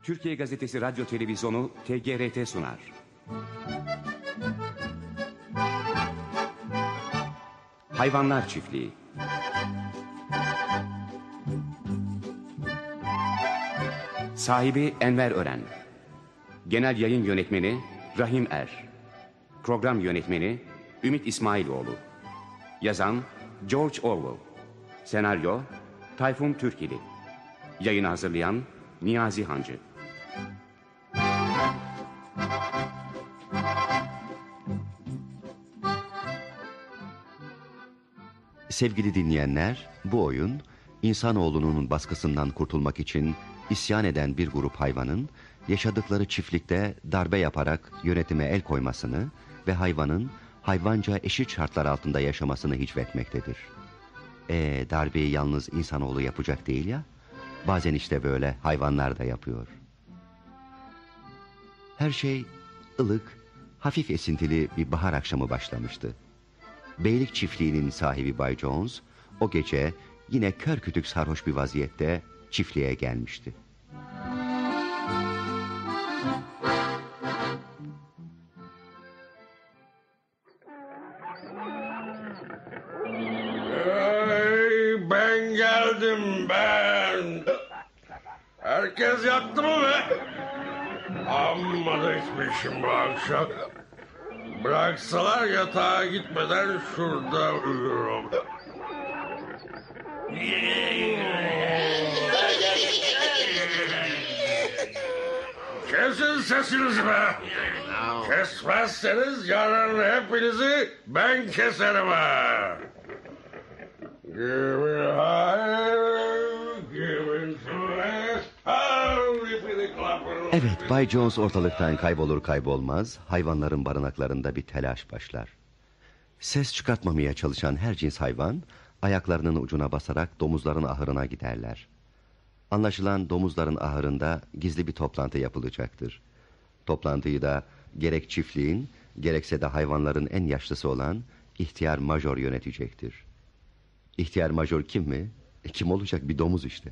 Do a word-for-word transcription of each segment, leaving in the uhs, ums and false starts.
Türkiye Gazetesi Radyo Televizyonu T G R T sunar. Hayvanlar Çiftliği. Sahibi Enver Ören. Genel Yayın Yönetmeni Rahim Er. Program Yönetmeni Ümit İsmailoğlu. Yazan George Orwell. Senaryo Tayfun Türkili. Yayını hazırlayan Niyazi Hancı. Sevgili dinleyenler, bu oyun insanoğlunun baskısından kurtulmak için isyan eden bir grup hayvanın yaşadıkları çiftlikte darbe yaparak yönetime el koymasını ve hayvanın hayvanca eşit şartlar altında yaşamasını hicvetmektedir. E darbeyi yalnız insanoğlu yapacak değil ya, bazen işte böyle hayvanlar da yapıyor. Her şey ılık, hafif esintili bir bahar akşamı başlamıştı. Beylik çiftliğinin sahibi Bay Jones o gece yine kör kütük sarhoş bir vaziyette çiftliğe gelmişti. Hey, ben geldim ben. Herkes yattı mı be? Amma da içmişim bu akşam. Bıraksalar yatağa gitmeden şurada uyurum. Kesin sesinizi be. Kesmezseniz yarın hepinizi ben keserim ha. Give me high, give me high, Evet, Bay Jones ortalıktan kaybolur kaybolmaz hayvanların barınaklarında bir telaş başlar. Ses çıkartmamaya çalışan her cins hayvan ayaklarının ucuna basarak domuzların ahırına giderler. Anlaşılan domuzların ahırında gizli bir toplantı yapılacaktır. Toplantıyı da gerek çiftliğin gerekse de hayvanların en yaşlısı olan ihtiyar major yönetecektir. İhtiyar major kim mi? E, kim olacak, bir domuz işte.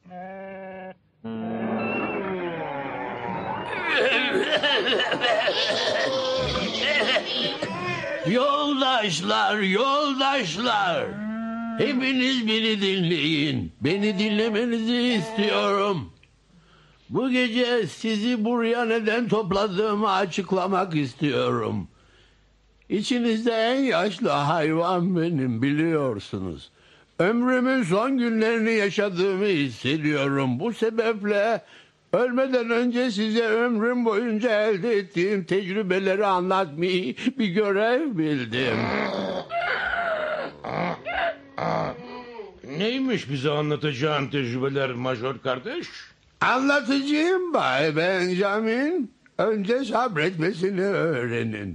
Yoldaşlar, yoldaşlar. Hepiniz beni dinleyin. Beni dinlemenizi istiyorum. Bu gece sizi buraya neden topladığımı açıklamak istiyorum. İçinizde en yaşlı hayvan benim, biliyorsunuz. Ömrümün son günlerini yaşadığımı hissediyorum. Bu sebeple ölmeden önce size ömrüm boyunca elde ettiğim tecrübeleri anlatmayı bir görev bildim. Neymiş bize anlatacağın tecrübeler major kardeş? Anlatacağım Bay Benjamin. Önce sabretmesini öğrenin.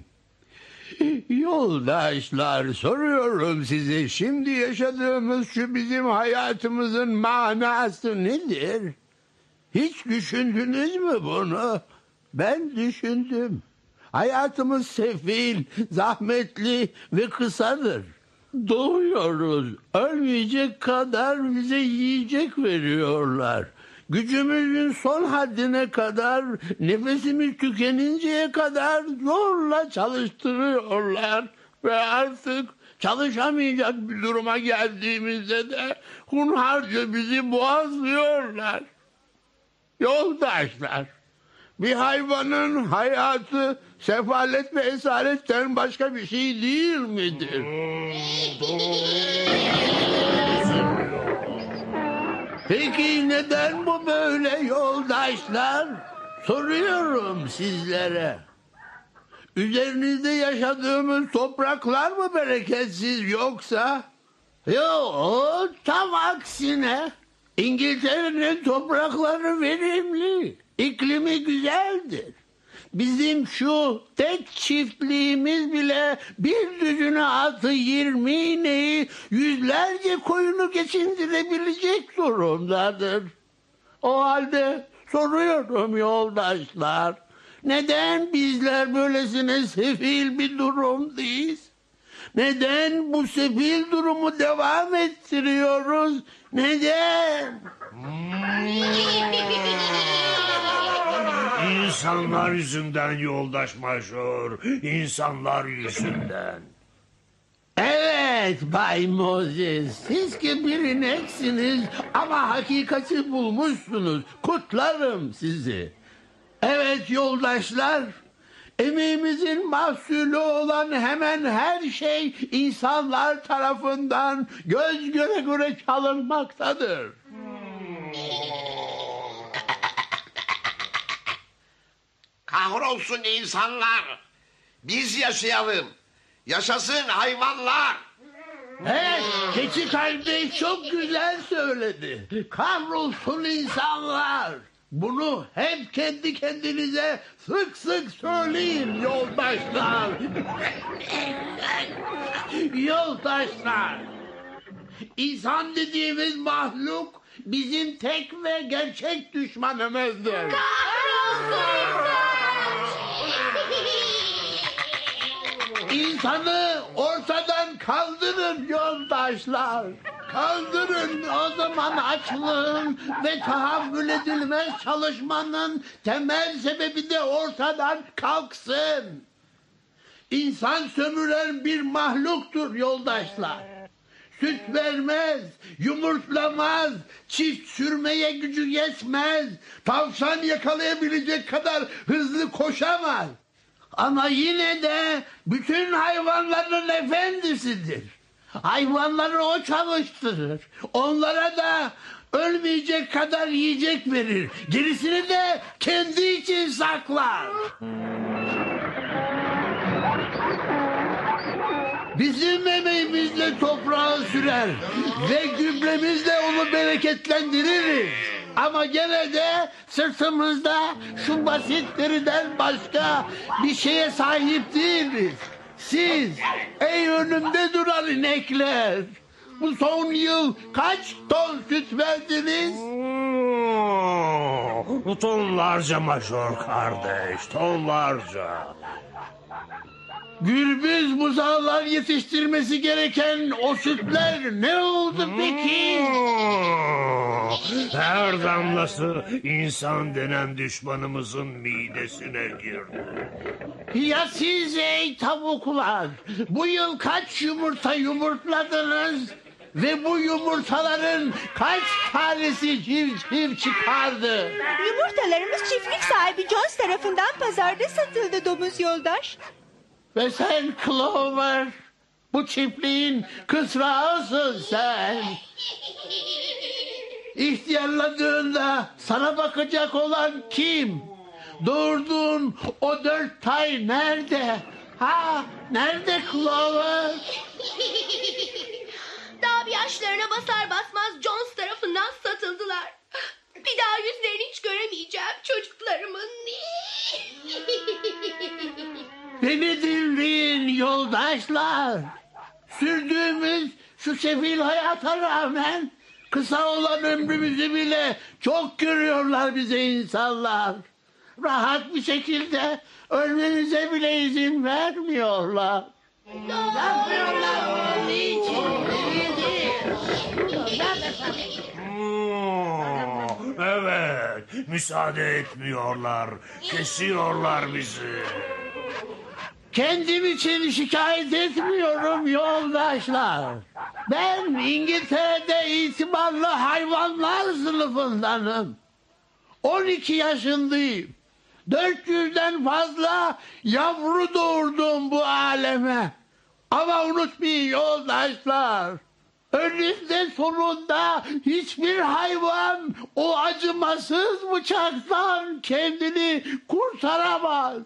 Yoldaşlar, soruyorum size, şimdi yaşadığımız şu bizim hayatımızın manası nedir? Hiç düşündünüz mü bunu? Ben düşündüm. Hayatımız sefil, zahmetli ve kısadır. Doğuyoruz, ölmeyecek kadar bize yiyecek veriyorlar. Gücümüzün son haddine kadar, nefesimiz tükeninceye kadar zorla çalıştırıyorlar. Ve artık çalışamayacak bir duruma geldiğimizde de hunharca bizi boğazlıyorlar. Yoldaşlar, bir hayvanın hayatı sefalet ve esaletten başka bir şey değil midir? Peki neden bu böyle yoldaşlar? Soruyorum sizlere. Üzerinizde yaşadığımız topraklar mı bereketsiz yoksa? Yok, tam aksine. İngiltere'nin toprakları verimli, iklimi güzeldir. Bizim şu tek çiftliğimiz bile bir düzine atı, yirmi ineği, yüzlerce koyunu geçindirebilecek durumdadır. O halde soruyorum yoldaşlar, neden bizler böylesine sefil bir durumdayız? Neden bu sefil durumu devam ettiriyoruz? Neden? İnsanlar yüzünden yoldaş major. İnsanlar yüzünden. Evet Bay Moses, siz ki bir ineksiniz ama hakikati bulmuşsunuz. Kutlarım sizi. Evet yoldaşlar, emeğimizin mahsulü olan hemen her şey insanlar tarafından göz göre göre çalınmaktadır. Kahrolsun insanlar. Biz yaşayalım. Yaşasın hayvanlar. Evet, keçi kardeş çok güzel söyledi. Kahrolsun insanlar. Bunu hep kendi kendinize sık sık söyleyin yoldaşlar. Yoldaşlar. İnsan dediğimiz mahluk bizim tek ve gerçek düşmanımızdır. İnsanı ortadan kaldırın yoldaşlar. Kaldırın, o zaman açlığın ve tahammül edilmez çalışmanın temel sebebi de ortadan kalksın. İnsan sömüren bir mahluktur yoldaşlar. Süt vermez, yumurtlamaz, çift sürmeye gücü yetmez, tavşan yakalayabilecek kadar hızlı koşamaz. Ama yine de bütün hayvanların efendisidir. Hayvanları o çalıştırır. Onlara da ölmeyecek kadar yiyecek verir. Gerisini de kendi için saklar. Bizim emeğimizle toprağı sürer ve gübremizle onu bereketlendiririz. Ama gene de sırtımızda şu basitlerden başka bir şeye sahip değiliz. Siz, ey önümde duran inekler, bu son yıl kaç ton süt verdiniz? Hmm, tonlarca major kardeş, tonlarca. Gürbüz buzağlar yetiştirmesi gereken o sütler ne oldu peki? Hmm, her damlası insan denen düşmanımızın midesine girdi. Ya siz ey tavuklar, bu yıl kaç yumurta yumurtladınız? Ve bu yumurtaların kaç tanesi civciv çıkardı? Yumurtalarımız çiftlik sahibi Jones tarafından pazarda satıldı domuz yoldaş. Ve sen Clover, bu çiftliğin kısrağısın sen. İhtiyarladığında sana bakacak olan kim? Doğurduğun o dört tay nerede? Ha, nerede Clover? Daha bir yaşlarına basar basmaz Jones tarafından satıldılar. Bir daha yüzlerini hiç göremeyeceğim çocuklarımın. Beni dinleyin yoldaşlar. Sürdüğümüz şu sefil hayata rağmen kısa olan ömrümüzü bile çok görüyorlar bize insanlar. Rahat bir şekilde ölmemize bile izin vermiyorlar. Yapmıyorlar. Niçin? Hmm, evet, müsaade etmiyorlar, kesiyorlar bizi. Kendim için şikayet etmiyorum yoldaşlar. Ben İngiltere'de itibarlı hayvanlar sınıfındanım. on iki yaşındayım. dört yüzden fazla yavru doğurdum bu aleme. Ama unutmayın yoldaşlar. Önünde sonunda hiçbir hayvan o acımasız bıçaktan kendini kurtaramaz.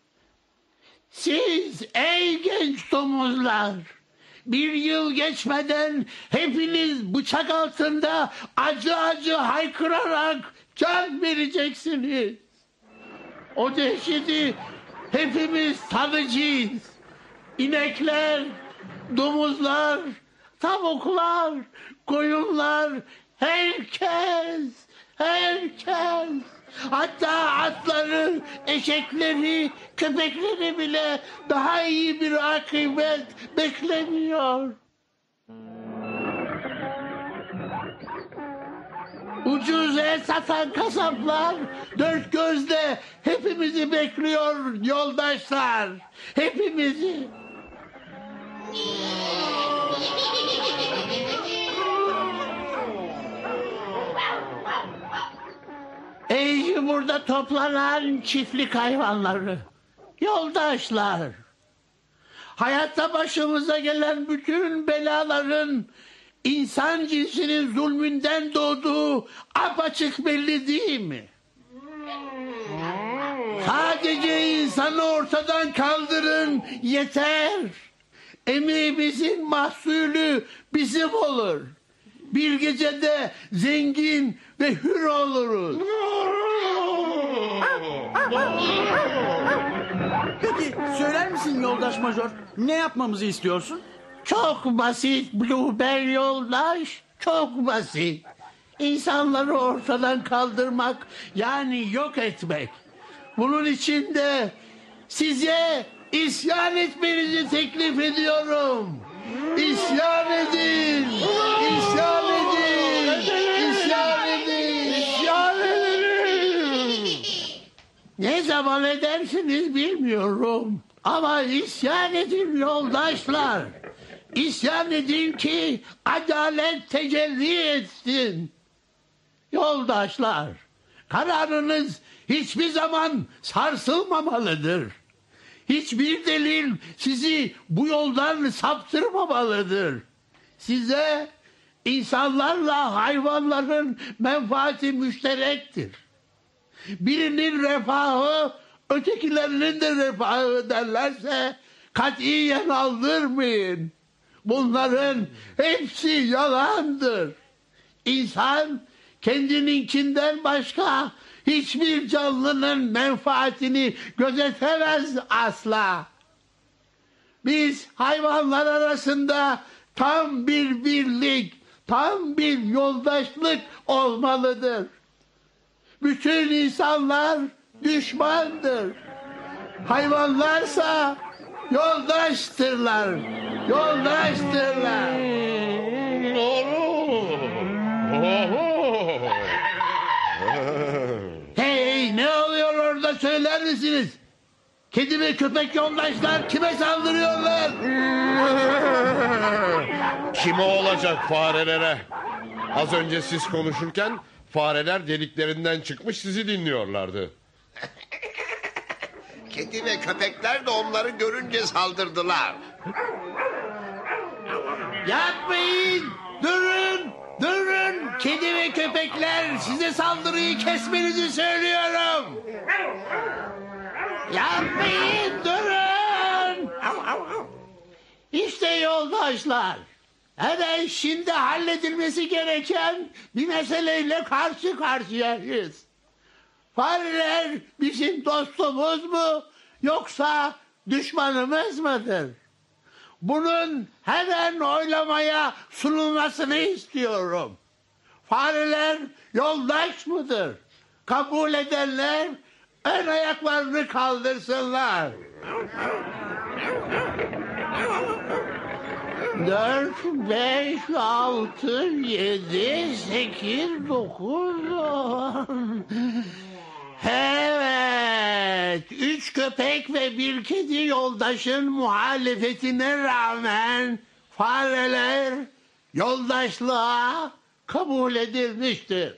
Siz ey genç domuzlar, bir yıl geçmeden hepiniz bıçak altında acı acı haykırarak can vereceksiniz. O dehşeti hepimiz tadacağız. İnekler, domuzlar, tavuklar, koyunlar, herkes, herkes. Hatta atları, eşekleri, köpekleri bile daha iyi bir akıbet beklemiyor. Ucuz et satan kasaplar dört gözle hepimizi bekliyor yoldaşlar. Hepimizi. Ey burada toplanan çiftlik hayvanları, yoldaşlar. Hayatta başımıza gelen bütün belaların insan cinsinin zulmünden doğduğu apaçık belli değil mi? Sadece insanı ortadan kaldırın yeter. Emeğimizin mahsulü bizim olur. Bir gecede zengin ve hür oluruz. Peki söyler misin yoldaş major? Ne yapmamızı istiyorsun? Çok basit Blueberry yoldaş. Çok basit. İnsanları ortadan kaldırmak, yani yok etmek. Bunun için de size isyan etmenizi teklif ediyorum. İsyan edin. İsyan edin. İsyan edin. İsyan edin. Ne zaman edersiniz bilmiyorum. Ama isyan edin yoldaşlar. İsyan edin ki adalet tecelli etsin. Yoldaşlar, kararınız hiçbir zaman sarsılmamalıdır. Hiçbir delil sizi bu yoldan saptırmamalıdır. Size insanlarla hayvanların menfaati müşterektir. Birinin refahı ötekilerinin de refahı derlerse katiyen aldırmayın. Bunların hepsi yalandır. İnsan kendininkinden başka hiçbir canlının menfaatini gözetemez asla. Biz hayvanlar arasında tam bir birlik, tam bir yoldaşlık olmalıdır. Bütün insanlar düşmandır. Hayvanlarsa yoldaştırlar. Yoldaştırlar. Hey, ne oluyor orada söyler misiniz? Kedi ve köpek yoldaşlar kime saldırıyorlar? Kime olacak, farelere? Az önce siz konuşurken fareler deliklerinden çıkmış sizi dinliyorlardı. Kedi ve köpekler de onları görünce saldırdılar. Yapmayın! Durun! Durun! Kedi ve köpekler, size saldırıyı kesmenizi söylüyorum. Yapmayın! Durun! İşte yoldaşlar. Hemen şimdi halledilmesi gereken bir meseleyle karşı karşıyayız. Fareler bizim dostumuz mu yoksa düşmanımız mıdır? Bunun hemen oylamaya sunulmasını istiyorum. Fareler yoldaş mıdır? Kabul edenler ön ayaklarını kaldırsınlar. Dört, beş, altı, yedi, sekiz, dokuz, on... Evet, üç köpek ve bir kedi yoldaşın muhalefetine rağmen fareler yoldaşlığa kabul edilmiştir.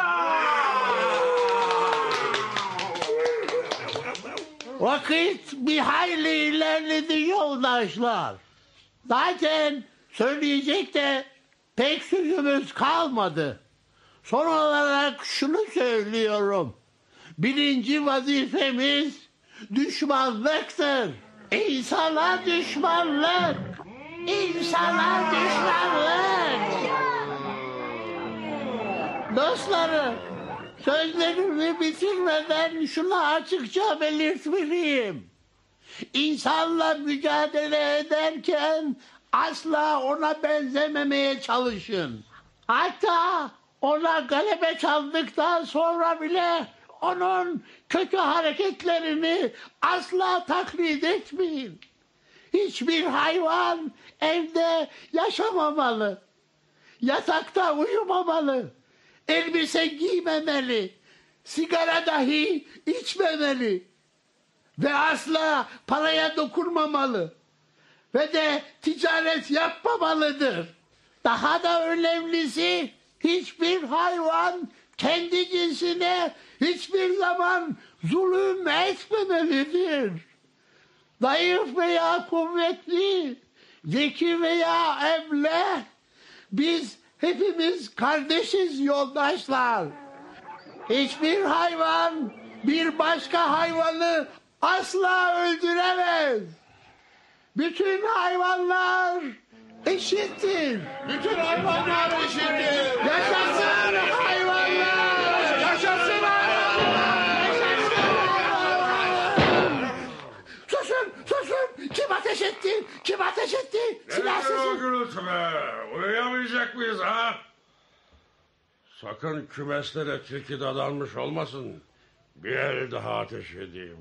Vakit bir hayli ilerledi yoldaşlar. Zaten söyleyecek de pek sözümüz kalmadı. Son olarak şunu söylüyorum. Birinci vazifemiz düşmanlıktır. İnsana düşmanlık. İnsana düşmanlık. Dostlarım, sözlerimi bitirmeden şunu açıkça belirtmeliyim. İnsanla mücadele ederken asla ona benzememeye çalışın. Hatta ona galebe çaldıktan sonra bile onun kötü hareketlerini asla taklit etmeyin. Hiçbir hayvan evde yaşamamalı. Yatakta uyumamalı. elbise giymemeli, sigara dahi içmemeli ve asla paraya dokunmamalı ve de ticaret yapmamalıdır. Daha da önemlisi, hiçbir hayvan kendi cinsine hiçbir zaman zulüm etmemelidir. Zayıf veya kuvvetli, zeki veya emle, biz hepimiz kardeşiz yoldaşlar. Hiçbir hayvan bir başka hayvanı asla öldüremez. Bütün hayvanlar eşittir. Bütün hayvanlar eşittir. Yaşasın hayvanlar! Yaşasın hayvanlar! Yaşasın hayvanlar! Susun, susun! Kim ateş etti? Kim ateş etti? Silahsızın. Gürültü be. Uyuyamayacak mıyız ha? Sakın kümeslere tilki dadanmış olmasın. Bir el daha ateş edeyim.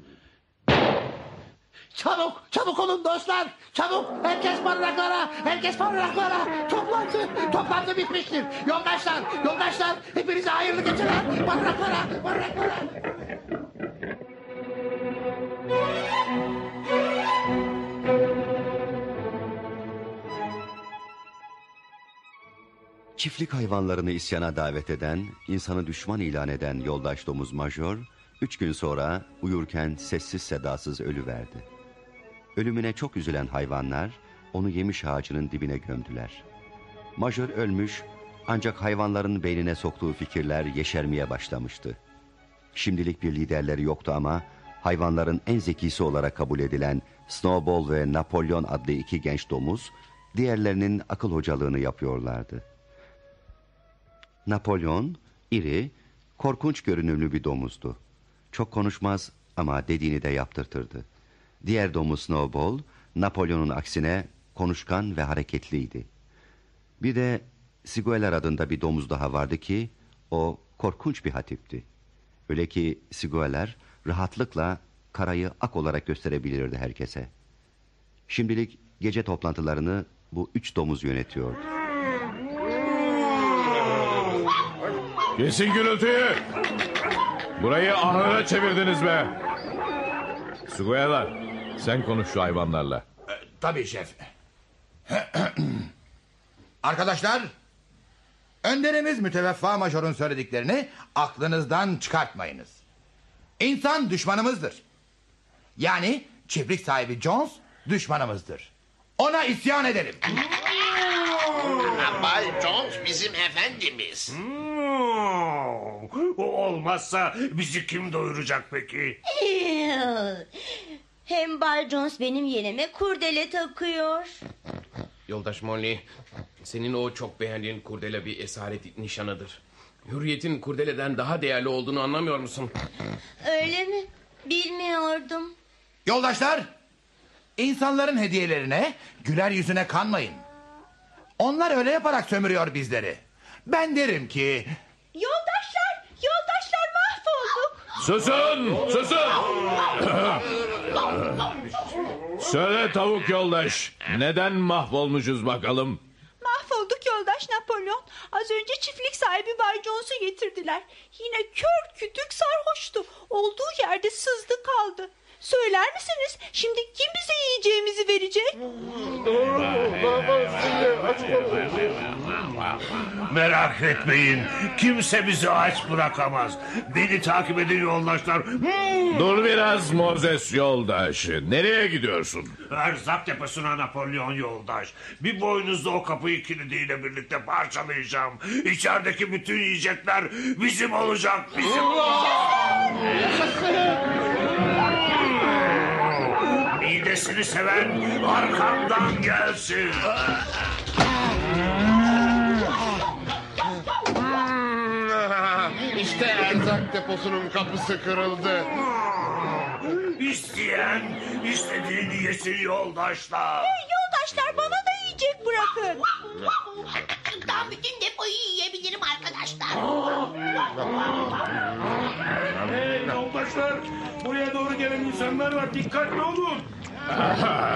Çabuk, çabuk olun dostlar. Çabuk, herkes barınaklara, herkes barınaklara. Toplantı, toplantı bitmiştir. Yoldaşlar, yoldaşlar, hepinize hayırlı geceler. Barınaklara, barınaklara. Çiftlik hayvanlarını isyana davet eden, insanı düşman ilan eden yoldaş domuz Major, üç gün sonra uyurken sessiz sedasız ölüverdi. Ölümüne çok üzülen hayvanlar, onu yemiş ağacının dibine gömdüler. Major ölmüş, ancak hayvanların beynine soktuğu fikirler yeşermeye başlamıştı. Şimdilik bir liderleri yoktu ama, hayvanların en zekisi olarak kabul edilen Snowball ve Napolyon adlı iki genç domuz, diğerlerinin akıl hocalığını yapıyorlardı. Napolyon, iri, korkunç görünümlü bir domuzdu. Çok konuşmaz ama dediğini de yaptırtırdı. Diğer domuz Snowball, Napolyon'un aksine konuşkan ve hareketliydi. Bir de Sigueler adında bir domuz daha vardı ki, o korkunç bir hatipti. Öyle ki Sigueler rahatlıkla karayı ak olarak gösterebilirdi herkese. Şimdilik gece toplantılarını bu üç domuz yönetiyordu. Kesin gürültüyü! Burayı ahıra çevirdiniz be! Siguelar, sen konuş şu hayvanlarla. Ee, tabii şef. Arkadaşlar, önderimiz müteveffa Major'un söylediklerini aklınızdan çıkartmayınız. İnsan düşmanımızdır. Yani çiftlik sahibi Jones düşmanımızdır. Ona isyan edelim. Bay Jones bizim efendimiz. O olmazsa bizi kim doyuracak peki? Hem Bay Jones benim yerime kurdele takıyor. Yoldaş Molly, senin o çok beğendiğin kurdele bir esaret nişanıdır. Hürriyetin kurdeleden daha değerli olduğunu anlamıyor musun? Öyle mi? Bilmiyordum. Yoldaşlar, insanların hediyelerine, güler yüzüne kanmayın. Onlar öyle yaparak sömürüyor bizleri. Ben derim ki... Yoldaşlar, yoldaşlar mahvolduk. Susun, susun! Söyle tavuk yoldaş, neden mahvolmuşuz bakalım? Mahvolduk yoldaş Napolyon. Az önce çiftlik sahibi Bay Jones'u getirdiler. Yine kör kütük sarhoştu. Olduğu yerde sızdı kaldı. Söyler misiniz? Şimdi kim bize yiyeceğimizi verecek? Merak etmeyin. Kimse bizi aç bırakamaz. Beni takip edin yoldaşlar. Dur biraz Moses yoldaş. Nereye gidiyorsun? Erzak deposuna Napolyon yoldaş. Bir boynuzda o kapıyı kilidiyle birlikte parçalayacağım. İçerideki bütün yiyecekler bizim olacak. Bizim olacak. Midesini seven arkamdan gelsin. İşte erzak deposunun kapısı kırıldı. İsteyen istediğini yesin yoldaşlar. Hey yoldaşlar, bana da yiyecek bırakın. Ben bütün depoyu yiyebilirim arkadaşlar. Hey yoldaşlar, buraya doğru gelen insanlar var, dikkatli olun.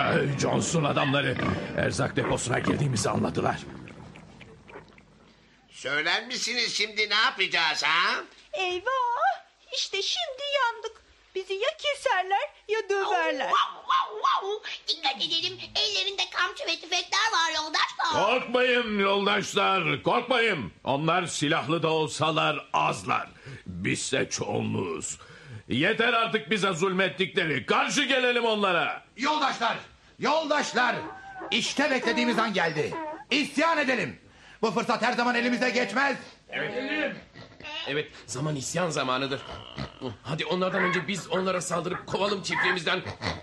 Johnson adamları erzak deposuna girdiğimizi anladılar. Söyler misiniz şimdi ne yapacağız ha? Eyvah! İşte şimdi yandık. Bizi ya keserler ya döverler. Dikkat edelim, ellerinde kamçı ve tüfekler var yoldaşlar. Korkmayın yoldaşlar, korkmayın. Onlar silahlı da olsalar azlar. Bizse çoğunluğuz. Yeter artık bize zulmettikleri. Karşı gelelim onlara. Yoldaşlar, yoldaşlar. İşte beklediğimiz an geldi. İsyan edelim. Bu fırsat her zaman elimize geçmez. Evet. Evet, zaman isyan zamanıdır. Hadi onlardan önce biz onlara saldırıp kovalım çiftliğimizden.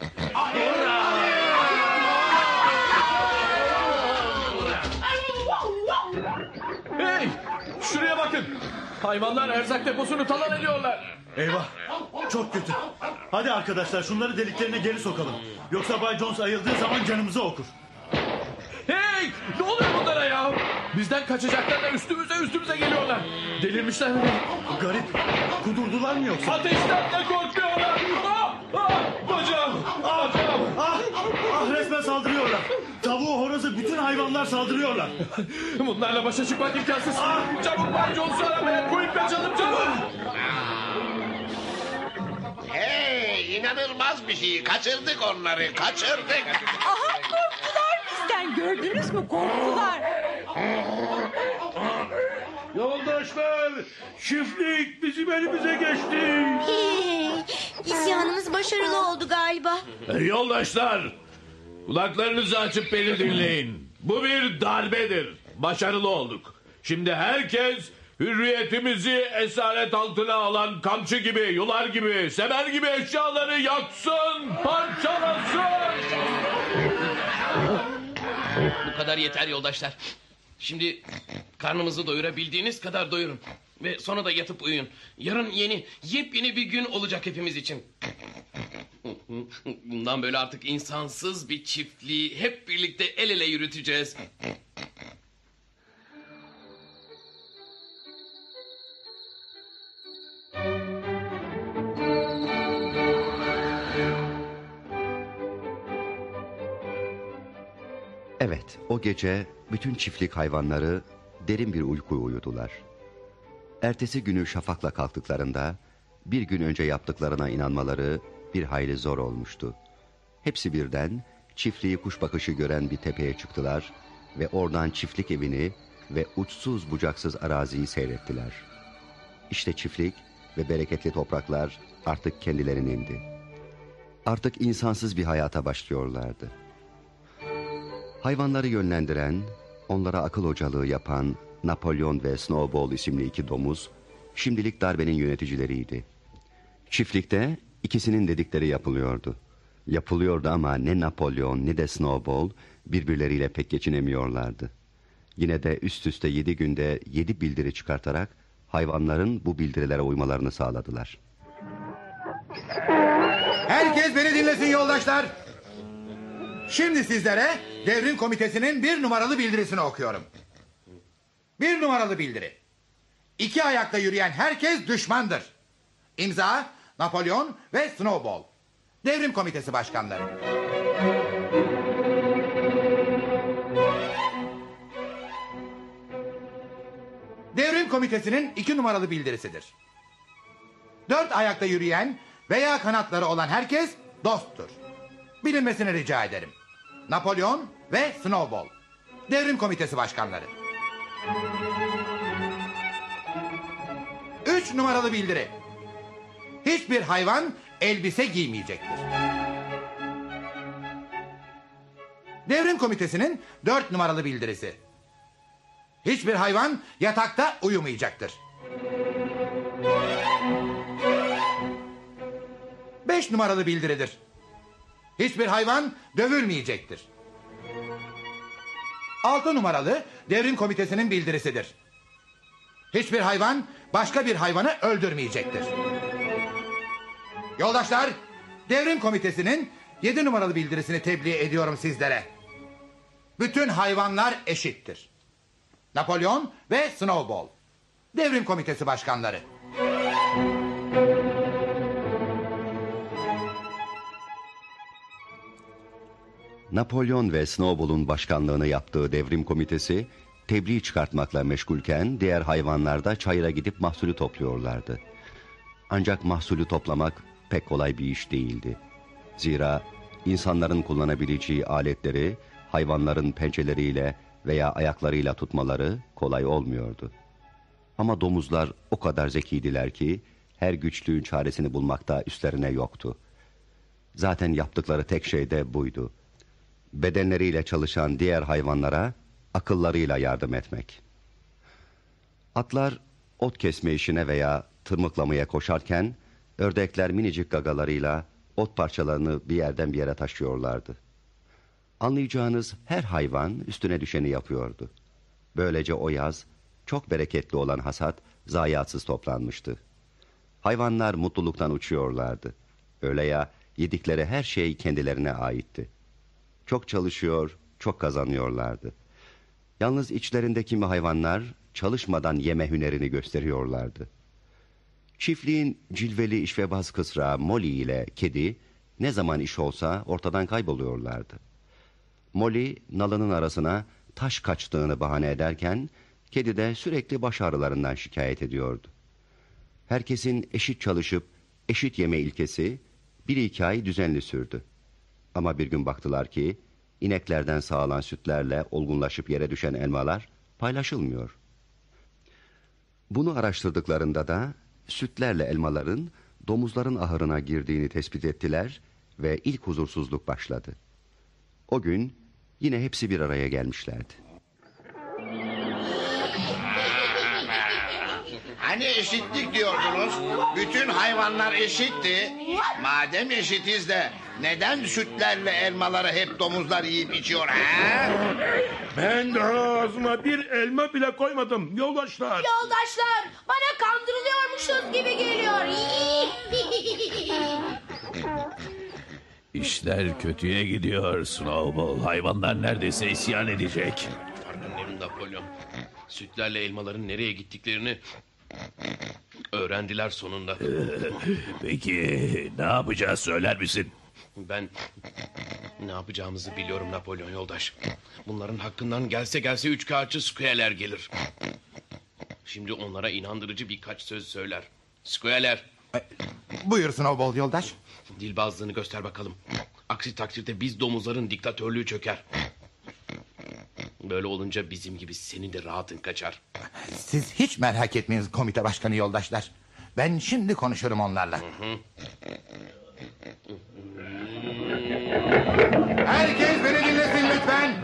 Hey! Şuraya bakın. Hayvanlar erzak deposunu talan ediyorlar. Eyvah! Çok kötü. Hadi arkadaşlar şunları deliklerine geri sokalım. Yoksa Bay Jones ayıldığı zaman canımızı okur. Hey! Ne oluyor bunlara ya? Bizden kaçacaklar da üstümüze üstümüze geliyorlar. Delirmişler mi? Garip. Kudurdular mı yoksa? Ateşten de korkuyorlar. Ah! Ah! Bacağım! Ah! Ah! Ah! Resmen saldırıyorlar. Tavuğu, horozu, bütün hayvanlar saldırıyorlar. Bunlarla başa çıkmak imkansız. Ah! Çabuk Bay Jones'u aramaya koyup kaçalım çabuk. Hey, inanılmaz bir şey. Kaçırdık onları, kaçırdık. Aha, korktular bizden. Gördünüz mü? Korktular. Yoldaşlar, çiftlik bizim elimize geçti. Hey, isyanımız başarılı oldu galiba. Hey, yoldaşlar, kulaklarınızı açıp beni dinleyin. Bu bir darbedir. Başarılı olduk. Şimdi herkes hürriyetimizi esaret altına alan kamçı gibi, yular gibi, semer gibi eşyaları yaksın, parçalasın. Bu kadar yeter yoldaşlar. Şimdi karnımızı doyurabildiğiniz kadar doyurun. Ve sonra da yatıp uyuyun. Yarın yeni, yepyeni bir gün olacak hepimiz için. Bundan böyle artık insansız bir çiftliği hep birlikte el ele yürüteceğiz. Evet, o gece bütün çiftlik hayvanları derin bir uyku uyudular. Ertesi günü şafakla kalktıklarında bir gün önce yaptıklarına inanmaları bir hayli zor olmuştu. Hepsi birden çiftliği kuş bakışı gören bir tepeye çıktılar ve oradan çiftlik evini ve uçsuz bucaksız araziyi seyrettiler. İşte çiftlik ve bereketli topraklar artık kendilerinin. Artık insansız bir hayata başlıyorlardı. Hayvanları yönlendiren, onlara akıl hocalığı yapan Napolyon ve Snowball isimli iki domuz şimdilik darbenin yöneticileriydi. Çiftlikte ikisinin dedikleri yapılıyordu. Yapılıyordu ama ne Napolyon ne de Snowball birbirleriyle pek geçinemiyorlardı. Yine de üst üste yedi günde yedi bildiri çıkartarak hayvanların bu bildirilere uymalarını sağladılar. Herkes beni dinlesin yoldaşlar. Şimdi sizlere devrim komitesinin bir numaralı bildirisini okuyorum. Bir numaralı bildiri. İki ayakta yürüyen herkes düşmandır. İmza Napolyon ve Snowball. Devrim komitesi başkanları. Devrim komitesinin iki numaralı bildirisidir. Dört ayakta yürüyen veya kanatları olan herkes dosttur. Bilinmesini rica ederim. Napolyon ve Snowball. Devrim komitesi başkanları. Üç numaralı bildiri. Hiçbir hayvan elbise giymeyecektir. Devrim komitesinin dört numaralı bildirisi. Hiçbir hayvan yatakta uyumayacaktır. Beş numaralı bildiridir. Hiçbir hayvan dövülmeyecektir. Altı numaralı devrim komitesinin bildirisidir. Hiçbir hayvan başka bir hayvanı öldürmeyecektir. Yoldaşlar, devrim komitesinin yedi numaralı bildirisini tebliğ ediyorum sizlere. Bütün hayvanlar eşittir. Napolyon ve Snowball. Devrim komitesi başkanları. Napolyon ve Snowball'un başkanlığını yaptığı devrim komitesi tebliğ çıkartmakla meşgulken diğer hayvanlar da çayıra gidip mahsulü topluyorlardı. Ancak mahsulü toplamak pek kolay bir iş değildi. Zira insanların kullanabileceği aletleri hayvanların pençeleriyle veya ayaklarıyla tutmaları kolay olmuyordu. Ama domuzlar o kadar zekiydiler ki her güçlüğün çaresini bulmakta üstlerine yoktu. Zaten yaptıkları tek şey de buydu. Bedenleriyle çalışan diğer hayvanlara akıllarıyla yardım etmek. Atlar ot kesme işine veya tırmıklamaya koşarken ördekler minicik gagalarıyla ot parçalarını bir yerden bir yere taşıyorlardı. Anlayacağınız her hayvan üstüne düşeni yapıyordu. Böylece o yaz çok bereketli olan hasat zayiatsız toplanmıştı. Hayvanlar mutluluktan uçuyorlardı. Öyle ya yedikleri her şey kendilerine aitti. Çok çalışıyor, çok kazanıyorlardı. Yalnız içlerinde kimi hayvanlar çalışmadan yeme hünerini gösteriyorlardı. Çiftliğin cilveli işvebaz kısrağı Molly ile kedi ne zaman iş olsa ortadan kayboluyorlardı. Molly nalının arasına taş kaçtığını bahane ederken kedi de sürekli baş ağrılarından şikayet ediyordu. Herkesin eşit çalışıp eşit yeme ilkesi bir iki ay düzenli sürdü. Ama bir gün baktılar ki ineklerden sağılan sütlerle olgunlaşıp yere düşen elmalar paylaşılmıyor. Bunu araştırdıklarında da sütlerle elmaların domuzların ahırına girdiğini tespit ettiler ve ilk huzursuzluk başladı. O gün yine hepsi bir araya gelmişlerdi. Hani eşitlik diyordunuz? Bütün hayvanlar eşitti. Madem eşitiz de neden sütlerle elmaları hep domuzlar yiyip içiyor ha? Ben daha ağzıma bir elma bile koymadım yoldaşlar. Yoldaşlar bana kandırılıyormuşuz gibi geliyor. İşler kötüye gidiyor Snowball. Hayvanlar neredeyse isyan edecek. Farkındayım Napolyon. Sütlerle elmaların nereye gittiklerini öğrendiler sonunda. Peki ne yapacağız söyler misin? Ben ne yapacağımızı biliyorum Napolyon yoldaş. Bunların hakkından gelse gelse üç kağıtçı Squealer gelir. Şimdi onlara inandırıcı birkaç söz söyler. Squealer. Buyur Snowball yoldaş. Dilbazlığını göster bakalım. Aksi takdirde biz domuzların diktatörlüğü çöker. Böyle olunca bizim gibi senin de rahatın kaçar. Siz hiç merak etmeyin komite başkanı yoldaşlar. Ben şimdi konuşurum onlarla. Hı hı. Herkes beni dinlesin lütfen.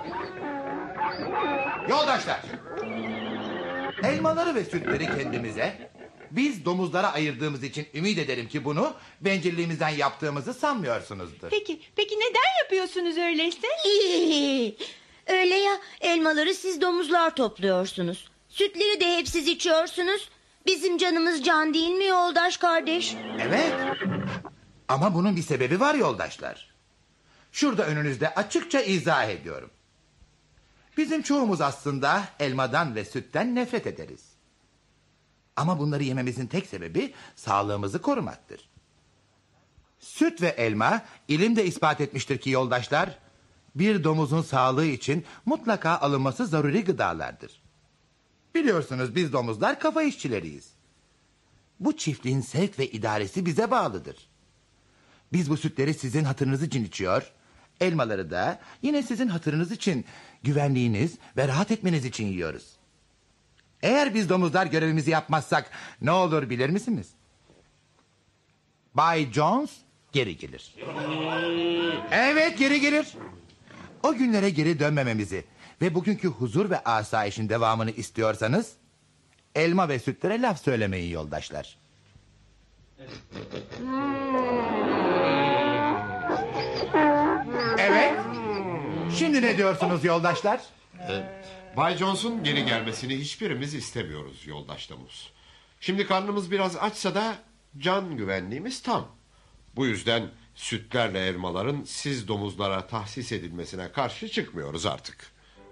Yoldaşlar. Elmaları ve sütleri kendimize, biz domuzlara ayırdığımız için ümit ederim ki bunu bencilliğimizden yaptığımızı sanmıyorsunuzdur. Peki, peki neden yapıyorsunuz öyleyse? Öyle ya, elmaları siz domuzlar topluyorsunuz. Sütleri de hep siz içiyorsunuz. Bizim canımız can değil mi yoldaş kardeş? Evet. Ama bunun bir sebebi var yoldaşlar. Şurada önünüzde açıkça izah ediyorum. Bizim çoğumuz aslında elmadan ve sütten nefret ederiz. Ama bunları yememizin tek sebebi sağlığımızı korumaktır. Süt ve elma ilim de ispat etmiştir ki yoldaşlar, bir domuzun sağlığı için mutlaka alınması zaruri gıdalardır. Biliyorsunuz biz domuzlar kafa işçileriyiz. Bu çiftliğin sevk ve idaresi bize bağlıdır. Biz bu sütleri sizin hatırınız için içiyor, elmaları da yine sizin hatırınız için, güvenliğiniz ve rahat etmeniz için yiyoruz. Eğer biz domuzlar görevimizi yapmazsak ne olur bilir misiniz? Bay Jones geri gelir. Evet, geri gelir. O günlere geri dönmememizi ve bugünkü huzur ve asayişin devamını istiyorsanız elma ve sütlere laf söylemeyin yoldaşlar. Evet. Şimdi ne diyorsunuz yoldaşlar? Ee, Bay Jones'un geri gelmesini hiçbirimiz istemiyoruz yoldaş domuz. Şimdi karnımız biraz açsa da can güvenliğimiz tam. Bu yüzden sütlerle elmaların siz domuzlara tahsis edilmesine karşı çıkmıyoruz artık.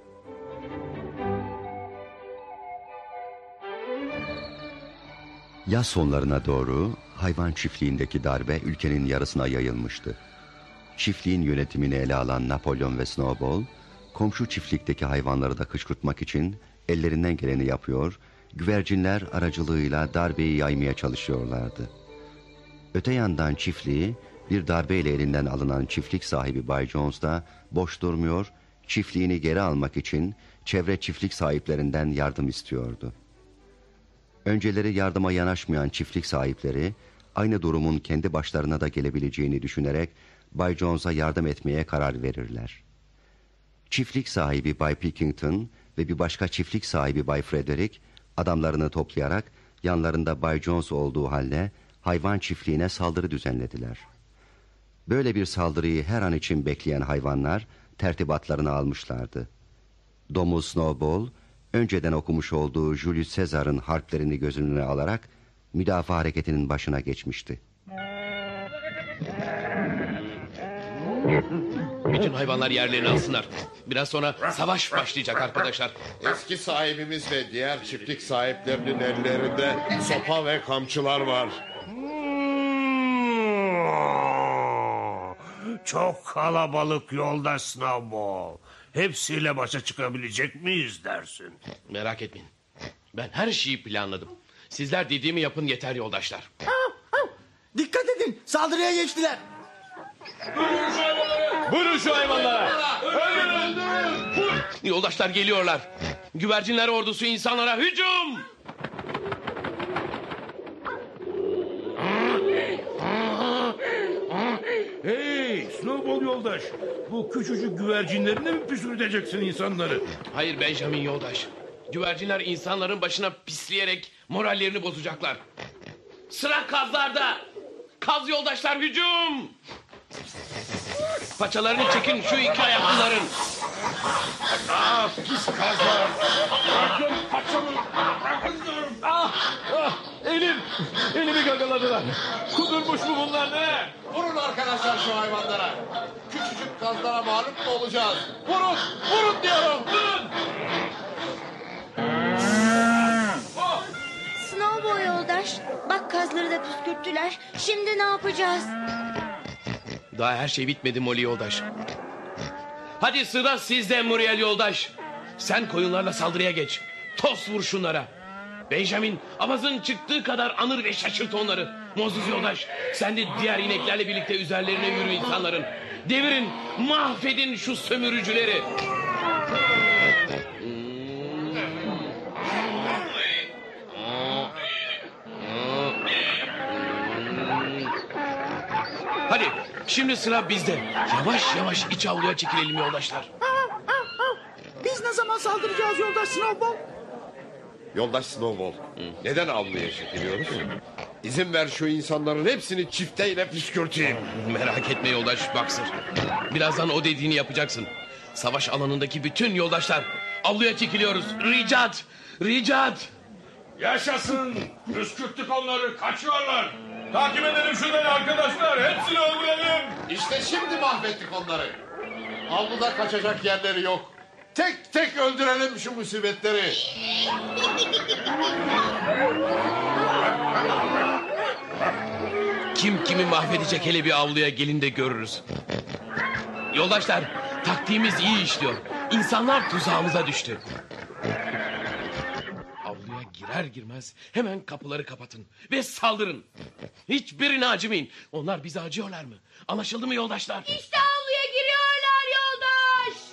Yaz sonlarına doğru hayvan çiftliğindeki darbe ülkenin yarısına yayılmıştı. Çiftliğin yönetimini ele alan Napolyon ve Snowball, komşu çiftlikteki hayvanları da kışkırtmak için ellerinden geleni yapıyor, güvercinler aracılığıyla darbeyi yaymaya çalışıyorlardı. Öte yandan çiftliği bir darbeyle elinden alınan çiftlik sahibi Bay Jones da boş durmuyor, çiftliğini geri almak için çevre çiftlik sahiplerinden yardım istiyordu. Önceleri yardıma yanaşmayan çiftlik sahipleri aynı durumun kendi başlarına da gelebileceğini düşünerek Bay Jones'a yardım etmeye karar verirler. Çiftlik sahibi Bay Pilkington ve bir başka çiftlik sahibi Bay Frederick adamlarını toplayarak yanlarında Bay Jones olduğu halde hayvan çiftliğine saldırı düzenlediler. Böyle bir saldırıyı her an için bekleyen hayvanlar tertibatlarını almışlardı. Domuz Snowball önceden okumuş olduğu Julius Caesar'ın harplerini göz önüne alarak müdafaa hareketinin başına geçmişti. Bütün hayvanlar yerlerini alsınlar. Biraz sonra savaş başlayacak arkadaşlar. Eski sahibimiz ve diğer çiftlik sahiplerinin ellerinde sopa ve kamçılar var. Çok kalabalık yoldaş Snowball. Hepsiyle başa çıkabilecek miyiz dersin? Merak etmeyin. Ben her şeyi planladım. Sizler dediğimi yapın yeter yoldaşlar. Dikkat edin, saldırıya geçtiler. Vurun şu hayvanlara. Yoldaşlar geliyorlar. Güvercinler ordusu insanlara hücum. Hey Snowball yoldaş, bu küçücük güvercinlerine mi püskürteceksin insanları? Hayır Benjamin yoldaş. Güvercinler insanların başına pisleyerek morallerini bozacaklar. Sıra kazlarda. Kaz yoldaşlar hücum. Paçalarını çekin şu iki ayaklıların. Ah pis kazlar. Bırakın paçamı. Bırakın. Ah, ah, elim. Elimi gagaladılar. Kudurmuş mu bunlar ne? Vurun arkadaşlar şu hayvanlara. Küçücük kazlara mağlup mu olacağız? Vurun, vurun diyorum. Vurun. Snowball yoldaş, bak kazları da püskürttüler. Şimdi ne yapacağız? Daha her şey bitmedi Molly yoldaş. Hadi sıra sizde Muriel yoldaş. Sen koyunlarla saldırıya geç. Toz vur şunlara. Benjamin avazın çıktığı kadar anır ve şaşırt onları. Moses yoldaş sen de diğer ineklerle birlikte üzerlerine yürü insanların. Devirin, mahvedin şu sömürücüleri. Hadi şimdi sıra bizde. Yavaş yavaş iç avluya çekilelim yoldaşlar. Biz ne zaman saldıracağız yoldaş Snowball? Yoldaş Snowball, neden avluya çekiliyoruz? İzin ver şu insanların hepsini çifteyle püskürteyim. Merak etme yoldaş Boxer. Birazdan o dediğini yapacaksın. Savaş alanındaki bütün yoldaşlar avluya çekiliyoruz. Ricat! Ricat! Yaşasın. Püskürttük onları, kaçıyorlar. Takip edelim şunları arkadaşlar. Hepsini öldürelim. İşte şimdi mahvettik onları. Avluda kaçacak yerleri yok. Tek tek öldürelim şu musibetleri. Kim kimi mahvedecek hele bir avluya gelin de görürüz. Yoldaşlar taktiğimiz iyi işliyor. İnsanlar tuzağımıza düştü. Avluya girer girmez hemen kapıları kapatın ve saldırın. Hiçbirine acımayın. Onlar bize acıyorlar mı? Anlaşıldı mı yoldaşlar? İşte avluya giriyorlar yoldaş.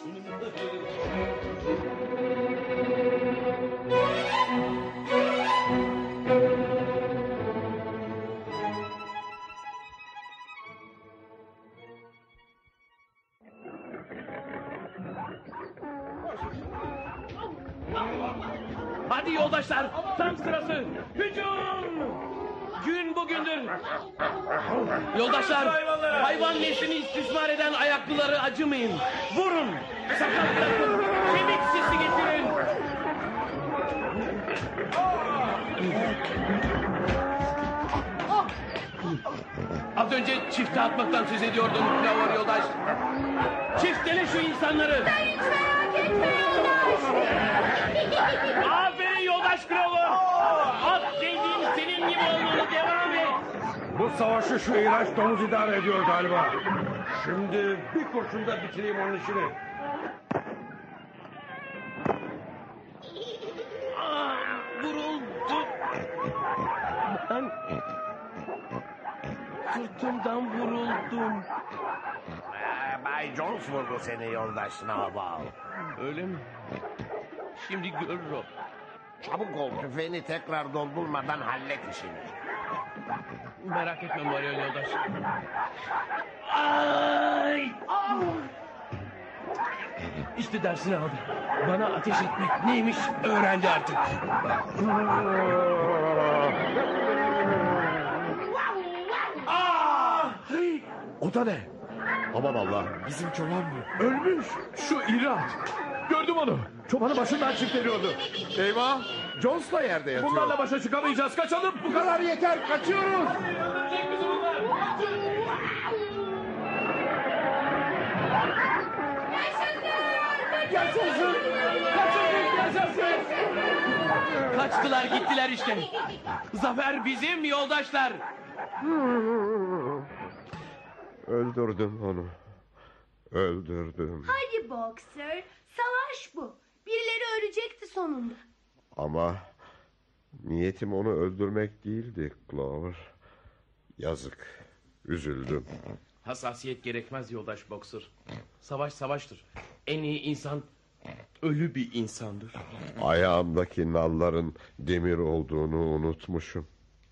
Hadi yoldaşlar tam sırası. Hücum! Gün bugündür. Yoldaşlar hayvan neslini istismar eden ayaklıları acımayın. Vurun. Sakatlatın. Kemik sesi getirin. Az önce çifte atmaktan söz ediyordun Clover yoldaş. Çiftele şu insanları. Sen hiç merak etme yoldaş. Aferin yoldaş Clover. At dediğin senin gibi olmalı, devam et. Bu savaşı şu iğrenç domuz idare ediyor galiba. Şimdi bir kurşunda bitireyim onun işini. Ben sırtımdan vuruldum. Bay Jones vurdu seni yoldaş Snowball. Öyle mi? Şimdi görürüm. Çabuk ol, tüfeğini tekrar doldurmadan hallet işini. Merak etme Mario yoldaş. Ay! İşte dersini aldı. Bana ateş etmek neymiş öğrendi artık. O da ne? Aman Allah, bizim çoban mı? Ölmüş. Şu iri at. Gördüm onu. Çobanı başından çifteliyordu. Eyvah. Jones da yerde yatıyor. Bunlarla başa çıkamayacağız. Kaçalım. Bu kadar yeter. Kaçıyoruz. Yaşasın! Kaçırdık yaşasın! Kaçtılar gittiler işte. Zafer bizim yoldaşlar. Öldürdüm onu. Öldürdüm. Hadi Boxer, savaş bu. Birileri ölecekti sonunda. Ama niyetim onu öldürmek değildi Clover. Yazık. Üzüldüm. Hassasiyet gerekmez yoldaş Boxer. Savaş savaştır. En iyi insan ölü bir insandır. Ayağımdaki nalların demir olduğunu unutmuşum.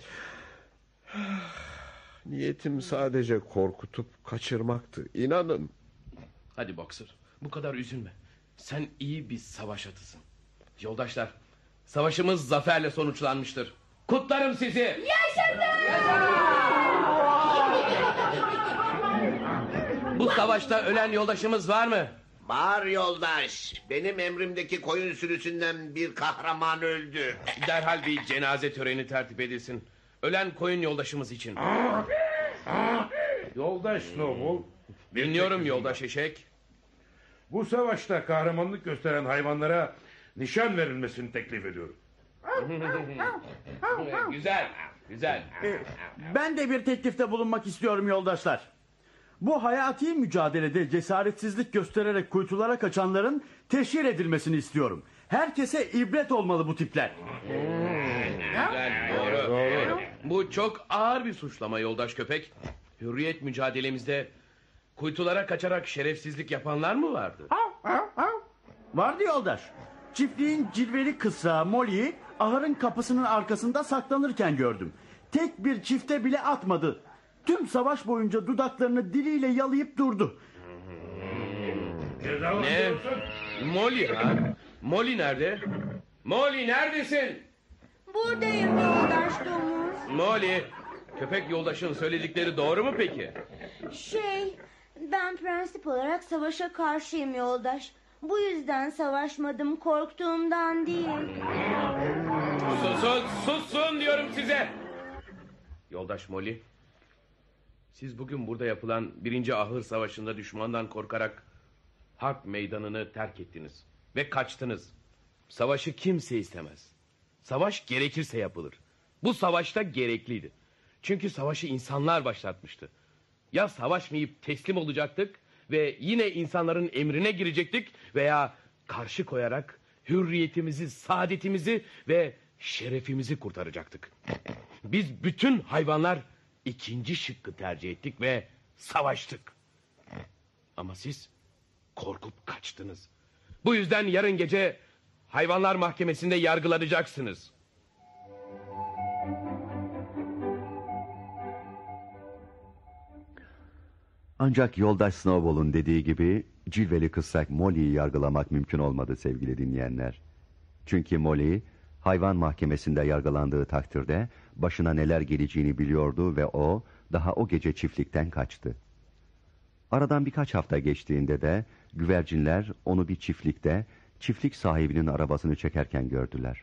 Niyetim sadece korkutup kaçırmaktı. İnanın. Hadi Boxer, bu kadar üzülme. Sen iyi bir savaş atısın. Yoldaşlar, savaşımız zaferle sonuçlanmıştır. Kutlarım sizi. Yaşasın! Bu savaşta ölen yoldaşımız var mı? Var yoldaş. Benim emrimdeki koyun sürüsünden bir kahraman öldü. Derhal bir cenaze töreni tertip edilsin. Ölen koyun yoldaşımız için. Yoldaş Snowball. Dinliyorum yoldaş eşek. Bu savaşta kahramanlık gösteren hayvanlara nişan verilmesini teklif ediyorum. Güzel, güzel. Ben de bir teklifte bulunmak istiyorum yoldaşlar. Bu hayati mücadelede cesaretsizlik göstererek kuytulara kaçanların teşhir edilmesini istiyorum. Herkese ibret olmalı bu tipler. Güzel, doğru. doğru. Bu çok ağır bir suçlama yoldaş köpek. Hürriyet mücadelemizde kuytulara kaçarak şerefsizlik yapanlar mı vardı? Vardı yoldaş. Çiftliğin cilveli kısa Molly'yi ahırın kapısının arkasında saklanırken gördüm. Tek bir çifte bile atmadı. Tüm savaş boyunca dudaklarını diliyle yalayıp durdu. Ne? Molly ha? Molly nerede? Molly neredesin? Buradayım yoldaş domuz. Molly, köpek yoldaşın söyledikleri doğru mu peki? Şey, ben prensip olarak savaşa karşıyım yoldaş. Bu yüzden savaşmadım, korktuğumdan değil. Susun, susun diyorum size. Yoldaş Molly, siz bugün burada yapılan birinci ahır savaşında düşmandan korkarak harp meydanını terk ettiniz ve kaçtınız. Savaşı kimse istemez. Savaş gerekirse yapılır. Bu savaşta gerekliydi. Çünkü savaşı insanlar başlatmıştı. Ya savaşmayıp teslim olacaktık ve yine insanların emrine girecektik veya karşı koyarak hürriyetimizi, saadetimizi ve şerefimizi kurtaracaktık. Biz bütün hayvanlar ikinci şıkkı tercih ettik ve savaştık. Ama siz korkup kaçtınız. Bu yüzden yarın gece hayvanlar mahkemesinde yargılanacaksınız. Ancak yoldaş Snowball'un dediği gibi cilveli kıssak Molly'yi yargılamak mümkün olmadı sevgili dinleyenler. Çünkü Molly hayvan mahkemesinde yargılandığı takdirde başına neler geleceğini biliyordu ve o daha o gece çiftlikten kaçtı. Aradan birkaç hafta geçtiğinde de güvercinler onu bir çiftlikte çiftlik sahibinin arabasını çekerken gördüler.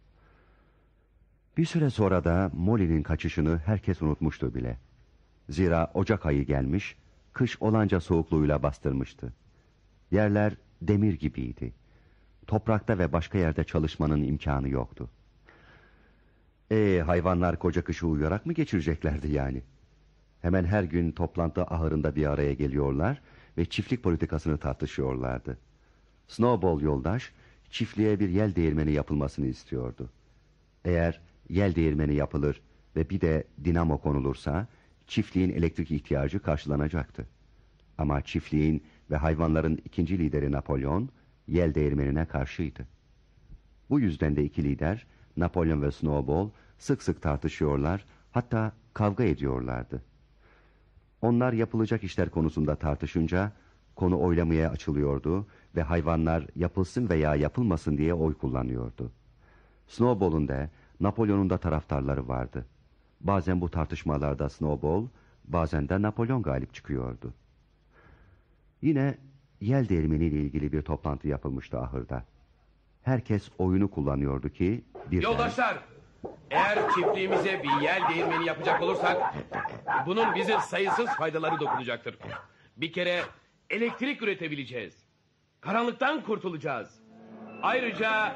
Bir süre sonra da Molly'nin kaçışını herkes unutmuştu bile. Zira Ocak ayı gelmiş, kış olanca soğukluğuyla bastırmıştı. Yerler demir gibiydi. Toprakta ve başka yerde çalışmanın imkanı yoktu. Ee, hayvanlar koca kışı uyuyarak mı geçireceklerdi yani? Hemen her gün toplantı ahırında bir araya geliyorlar ve çiftlik politikasını tartışıyorlardı. Snowball yoldaş çiftliğe bir yel değirmeni yapılmasını istiyordu. Eğer yel değirmeni yapılır ve bir de dinamo konulursa çiftliğin elektrik ihtiyacı karşılanacaktı. Ama çiftliğin ve hayvanların ikinci lideri Napolyon yel değirmenine karşıydı. Bu yüzden de iki lider Napolyon ve Snowball sık sık tartışıyorlar, hatta kavga ediyorlardı. Onlar yapılacak işler konusunda tartışınca konu oylamaya açılıyordu ve hayvanlar yapılsın veya yapılmasın diye oy kullanıyordu. Snowball'un da Napolyon'un da taraftarları vardı. Bazen bu tartışmalarda Snowball, bazen de Napolyon galip çıkıyordu. Yine yel değirmeni ile ilgili bir toplantı yapılmıştı ahırda. Herkes oyunu kullanıyordu ki birden... Yoldaşlar, eğer çiftliğimize bir yel değirmeni yapacak olursak bunun bize sayısız faydaları dokunacaktır. Bir kere elektrik üretebileceğiz. Karanlıktan kurtulacağız. Ayrıca...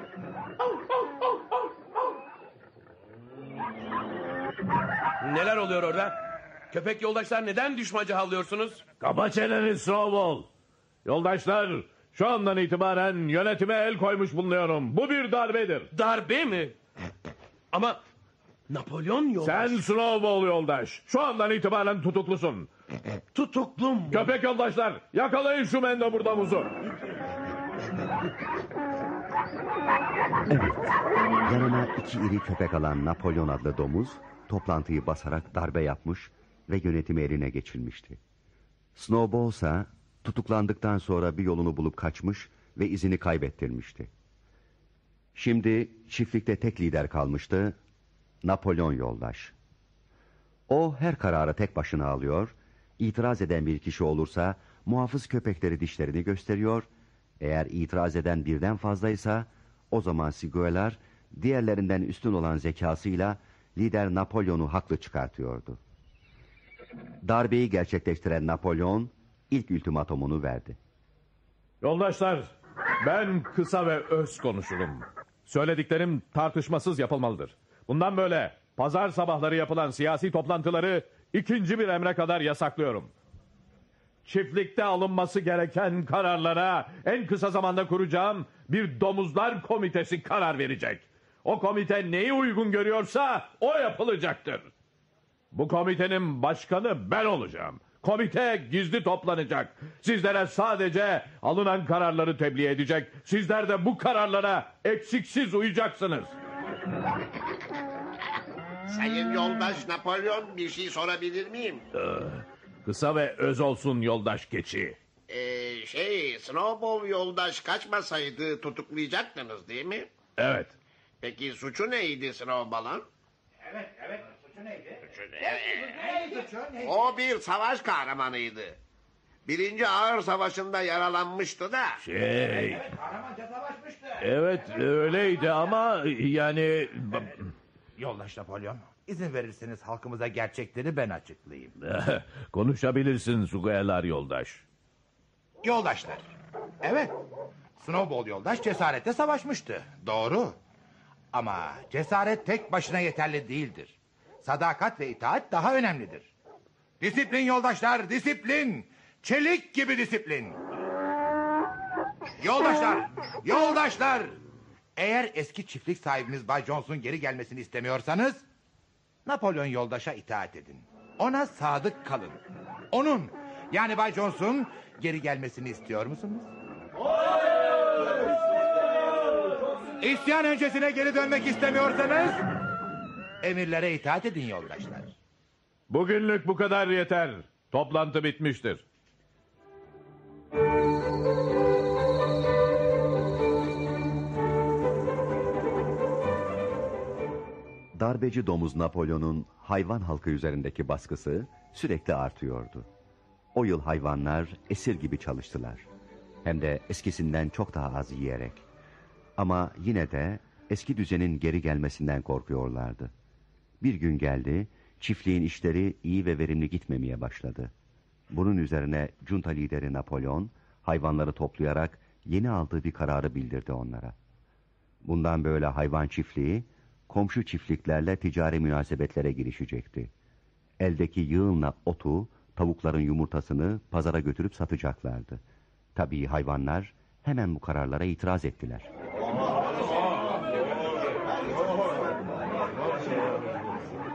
Neler oluyor orada? Köpek yoldaşlar, neden düşmanca havlıyorsunuz? Kapa çeneni Snowball. Yoldaşlar, şu andan itibaren yönetime el koymuş bulunuyorum. Bu bir darbedir. Darbe mi? Ama Napolyon yoldaş... Sen Snowball yoldaş. Şu andan itibaren tutuklusun. Tutuklu mu? Köpek yoldaşlar, yakalayın şu mendebur domuzu. Evet, yanına iki iri köpek alan Napolyon adlı domuz toplantıyı basarak darbe yapmış ve yönetimi eline geçirmişti. Snowball ise tutuklandıktan sonra bir yolunu bulup kaçmış ve izini kaybettirmişti. Şimdi çiftlikte tek lider kalmıştı, Napolyon yoldaş. O her kararı tek başına alıyor, itiraz eden bir kişi olursa muhafız köpekleri dişlerini gösteriyor, eğer itiraz eden birden fazlaysa o zaman Siguelar diğerlerinden üstün olan zekasıyla lider Napolyon'u haklı çıkartıyordu. Darbeyi gerçekleştiren Napolyon ilk ultimatomunu verdi. Yoldaşlar, ben kısa ve öz konuşurum. Söylediklerim tartışmasız yapılmalıdır. Bundan böyle pazar sabahları yapılan siyasi toplantıları ikinci bir emre kadar yasaklıyorum. Çiftlikte alınması gereken kararlara en kısa zamanda kuracağım bir domuzlar komitesi karar verecek. O komite neyi uygun görüyorsa o yapılacaktır. Bu komitenin başkanı ben olacağım. Komite gizli toplanacak. Sizlere sadece alınan kararları tebliğ edecek. Sizler de bu kararlara eksiksiz uyacaksınız. Sayın yoldaş Napolyon, bir şey sorabilir miyim? Ee, kısa ve öz olsun yoldaş keçi. Ee, şey, Snowball yoldaş kaçmasaydı tutuklayacaktınız değil mi? Evet. Peki suçu neydi Snowball'ın? Evet, evet. Suçu neydi? Suçu, evet. Neydi suçu? Neydi? O bir savaş kahramanıydı. Birinci Ağır Savaşı'nda yaralanmıştı da. Şey... Evet, kahramanca savaşmıştı. Evet, öyleydi ama yani... Yoldaş Napolyon, izin verirseniz halkımıza gerçekleri ben açıklayayım. Konuşabilirsin Siguelar yoldaş. Yoldaşlar, evet, Snowball yoldaş cesaretle savaşmıştı. Doğru. Ama cesaret tek başına yeterli değildir. Sadakat ve itaat daha önemlidir. Disiplin yoldaşlar, disiplin. Çelik gibi disiplin. Yoldaşlar, yoldaşlar. Eğer eski çiftlik sahibimiz Bay Jones'un geri gelmesini istemiyorsanız... Napolyon yoldaşa itaat edin. Ona sadık kalın. Onun, yani Bay Jones'un geri gelmesini istiyor musunuz? İsyan öncesine geri dönmek istemiyorsanız... emirlere itaat edin yoldaşlar. Bugünlük bu kadar yeter. Toplantı bitmiştir. Darbeci domuz Napolyon'un hayvan halkı üzerindeki baskısı sürekli artıyordu. O yıl hayvanlar esir gibi çalıştılar. Hem de eskisinden çok daha az yiyerek. Ama yine de eski düzenin geri gelmesinden korkuyorlardı. Bir gün geldi, çiftliğin işleri iyi ve verimli gitmemeye başladı. Bunun üzerine junta lideri Napolyon hayvanları toplayarak yeni aldığı bir kararı bildirdi onlara. Bundan böyle hayvan çiftliği komşu çiftliklerle ticari münasebetlere girişecekti. Eldeki yığınla otu, tavukların yumurtasını pazara götürüp satacaklardı. Tabii hayvanlar hemen bu kararlara itiraz ettiler.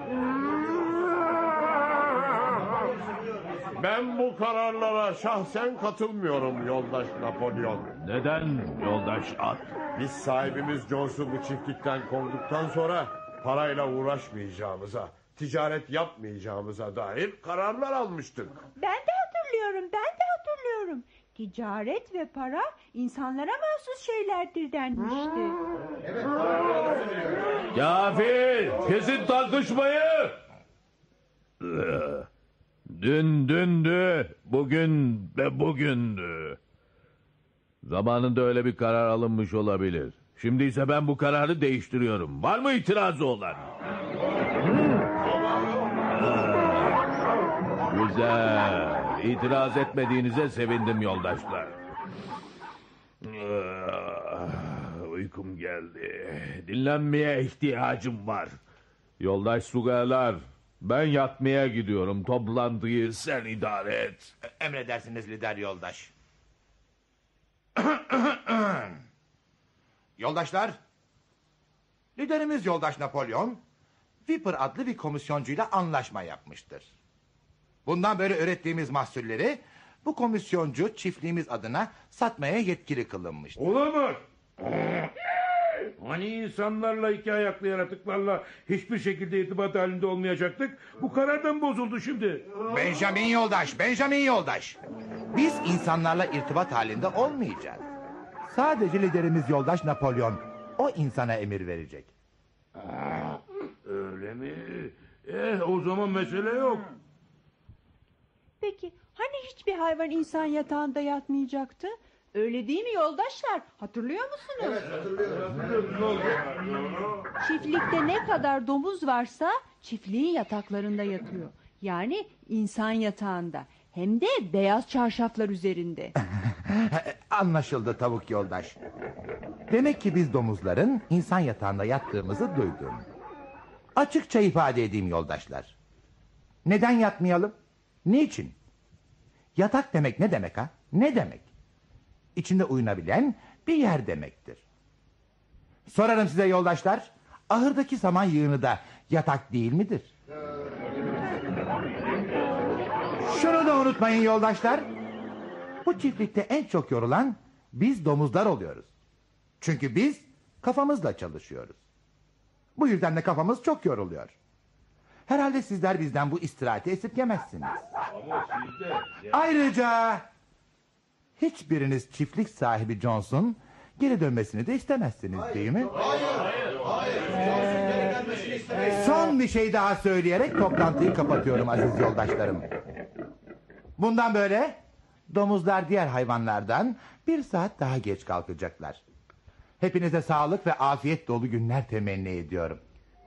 Ben bu kararlara şahsen katılmıyorum yoldaş Napolyon. Neden yoldaş at? Biz sahibimiz Jones'u bu çiftlikten kovduktan sonra parayla uğraşmayacağımıza, ticaret yapmayacağımıza dair kararlar almıştık. Ben de hatırlıyorum, ben de hatırlıyorum. Ticaret ve para insanlara mahsus şeylerdir denmişti. Kafi, kesin tartışmayı. Dün dündü, bugün de bugündü. Zamanında öyle bir karar alınmış olabilir. Şimdi ise ben bu kararı değiştiriyorum. Var mı itirazı olan? Güzel. İtiraz etmediğinize sevindim yoldaşlar. Uykum geldi. Dinlenmeye ihtiyacım var. Yoldaş Sugalar, ben yatmaya gidiyorum. Toplantıyı sen idare et. Emredersiniz lider yoldaş. Yoldaşlar, liderimiz yoldaş Napolyon, Viper adlı bir komisyoncuyla anlaşma yapmıştır. Bundan böyle ürettiğimiz mahsulleri bu komisyoncu çiftliğimiz adına satmaya yetkili kılınmıştır. Olamaz. Hani insanlarla iki ayaklı yaratıklarla hiçbir şekilde irtibat halinde olmayacaktık? Bu karardan bozuldu şimdi. Benjamin yoldaş, Benjamin yoldaş. Biz insanlarla irtibat halinde olmayacağız. Sadece liderimiz yoldaş Napolyon o insana emir verecek. Aa, öyle mi? Eh, o zaman mesele yok. Peki hani hiçbir hayvan insan yatağında yatmayacaktı? Öyle değil mi yoldaşlar? Hatırlıyor musunuz? Evet, hatırlıyorum. Çiftlikte ne kadar domuz varsa çiftliğin yataklarında yatıyor. Yani insan yatağında. Hem de beyaz çarşaflar üzerinde. Anlaşıldı tavuk yoldaş. Demek ki biz domuzların insan yatağında yattığımızı duydum. Açıkça ifade edeyim yoldaşlar. Neden yatmayalım? Niçin? Yatak demek ne demek ha? Ne demek? İçinde uyunabilen bir yer demektir. Sorarım size yoldaşlar, ahırdaki saman yığını da yatak değil midir? Şunu da unutmayın yoldaşlar. Bu çiftlikte en çok yorulan biz domuzlar oluyoruz. Çünkü biz kafamızla çalışıyoruz. Bu yüzden de kafamız çok yoruluyor. Herhalde sizler bizden bu istirahati esirgemezsiniz. Ayrıca hiçbiriniz çiftlik sahibi Jones'un geri dönmesini de istemezsiniz değil mi? Hayır, hayır, hayır. Son bir şey daha söyleyerek toplantıyı kapatıyorum aziz yoldaşlarım. Bundan böyle domuzlar diğer hayvanlardan bir saat daha geç kalkacaklar. Hepinize sağlık ve afiyet dolu günler temenni ediyorum.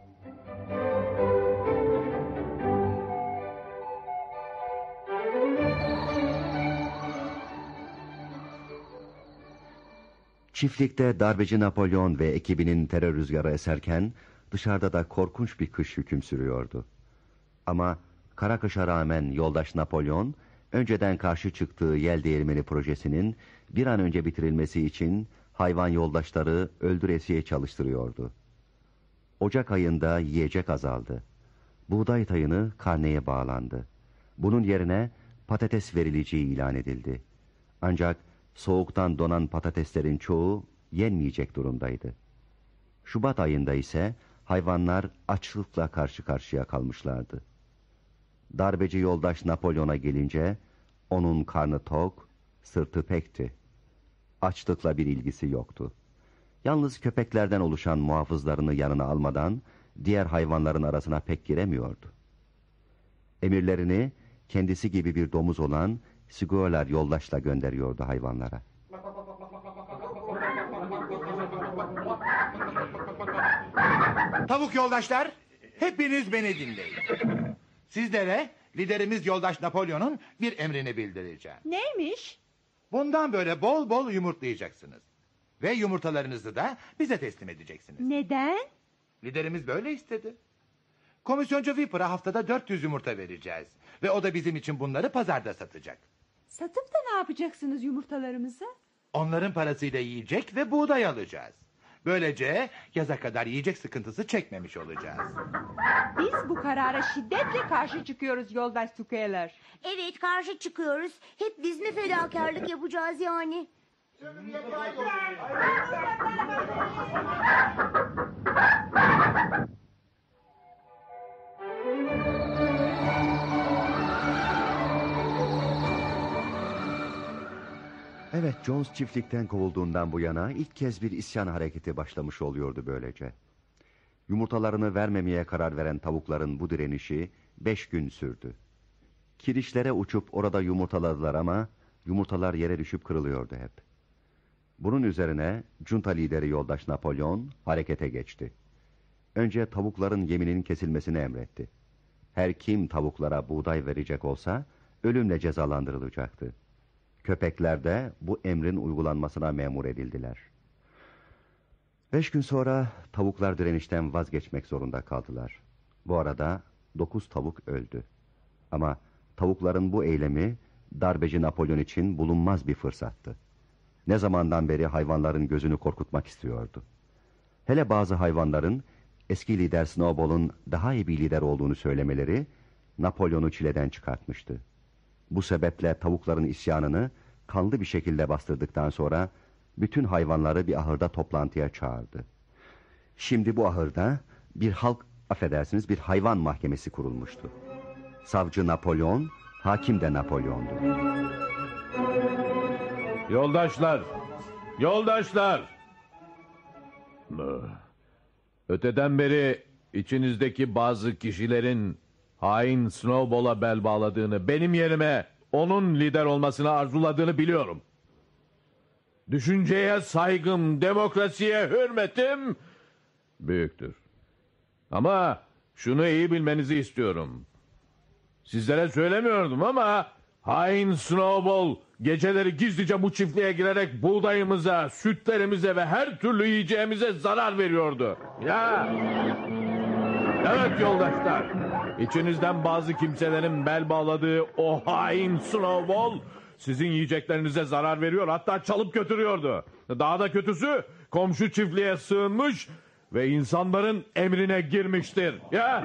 Çiftlikte darbeci Napolyon ve ekibinin terör rüzgarı eserken dışarıda da korkunç bir kış hüküm sürüyordu. Ama kara kışa rağmen yoldaş Napolyon önceden karşı çıktığı yel değirmeni projesinin bir an önce bitirilmesi için hayvan yoldaşları öldüresiye çalıştırıyordu. Ocak ayında yiyecek azaldı. Buğday tayını karneye bağlandı. Bunun yerine patates verileceği ilan edildi. Ancak soğuktan donan patateslerin çoğu yenmeyecek durumdaydı. Şubat ayında ise hayvanlar açlıkla karşı karşıya kalmışlardı. Darbeci yoldaş Napolyon'a gelince onun karnı tok, sırtı pekti. Açlıkla bir ilgisi yoktu. Yalnız köpeklerden oluşan muhafızlarını yanına almadan diğer hayvanların arasına pek giremiyordu. Emirlerini kendisi gibi bir domuz olan Siguolar yoldaşla gönderiyordu hayvanlara. Tavuk yoldaşlar, hepiniz beni dinleyin. Sizlere liderimiz yoldaş Napolyon'un bir emrini bildireceğim. Neymiş? Bundan böyle bol bol yumurtlayacaksınız. Ve yumurtalarınızı da bize teslim edeceksiniz. Neden? Liderimiz böyle istedi. Komisyoncu Viper'a haftada dört yüz yumurta vereceğiz. Ve o da bizim için bunları pazarda satacak. Satıp da ne yapacaksınız yumurtalarımızı? Onların parasıyla yiyecek ve buğday alacağız. Böylece yaza kadar yiyecek sıkıntısı çekmemiş olacağız. Biz bu karara şiddetle karşı çıkıyoruz yoldaş Sukeler. Evet, karşı çıkıyoruz. Hep biz mi fedakarlık yapacağız yani? Evet, Jones çiftlikten kovulduğundan bu yana ilk kez bir isyan hareketi başlamış oluyordu böylece. Yumurtalarını vermemeye karar veren tavukların bu direnişi beş gün sürdü. Kirişlere uçup orada yumurtaladılar ama yumurtalar yere düşüp kırılıyordu hep. Bunun üzerine junta lideri yoldaş Napolyon harekete geçti. Önce tavukların yeminin kesilmesini emretti. Her kim tavuklara buğday verecek olsa ölümle cezalandırılacaktı. Köpekler de bu emrin uygulanmasına memur edildiler. Beş gün sonra tavuklar direnişten vazgeçmek zorunda kaldılar. Bu arada dokuz tavuk öldü. Ama tavukların bu eylemi darbeci Napolyon için bulunmaz bir fırsattı. Ne zamandan beri hayvanların gözünü korkutmak istiyordu. Hele bazı hayvanların eski lider Snowball'un daha iyi bir lider olduğunu söylemeleri Napolyon'u çileden çıkartmıştı. Bu sebeple tavukların isyanını kanlı bir şekilde bastırdıktan sonra bütün hayvanları bir ahırda toplantıya çağırdı. Şimdi bu ahırda bir halk, affedersiniz, bir hayvan mahkemesi kurulmuştu. Savcı Napolyon, hakim de Napolyon'du. Yoldaşlar, yoldaşlar. Öteden beri içinizdeki bazı kişilerin hain Snowball'a bel bağladığını, benim yerime onun lider olmasını arzuladığını biliyorum. Düşünceye saygım, demokrasiye hürmetim büyüktür. Ama şunu iyi bilmenizi istiyorum. Sizlere söylemiyordum ama hain Snowball geceleri gizlice bu çiftliğe girerek buğdayımıza, sütlerimize ve her türlü yiyeceğimize zarar veriyordu. Ya. Evet yoldaşlar. İçinizden bazı kimselerin bel bağladığı o hain Snowball sizin yiyeceklerinize zarar veriyor, hatta çalıp götürüyordu. Daha da kötüsü komşu çiftliğe sığınmış ve insanların emrine girmiştir. Ya.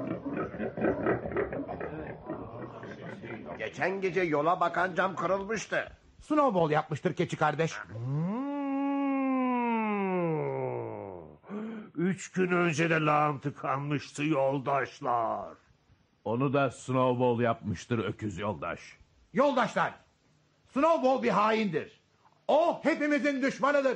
Geçen gece yola bakan cam kırılmıştı. Snowball yapmıştır keçi kardeş. Üç gün önce de lağım tıkanmıştı yoldaşlar. Onu da Snowball yapmıştır öküz yoldaş. Yoldaşlar, Snowball bir haindir. O hepimizin düşmanıdır.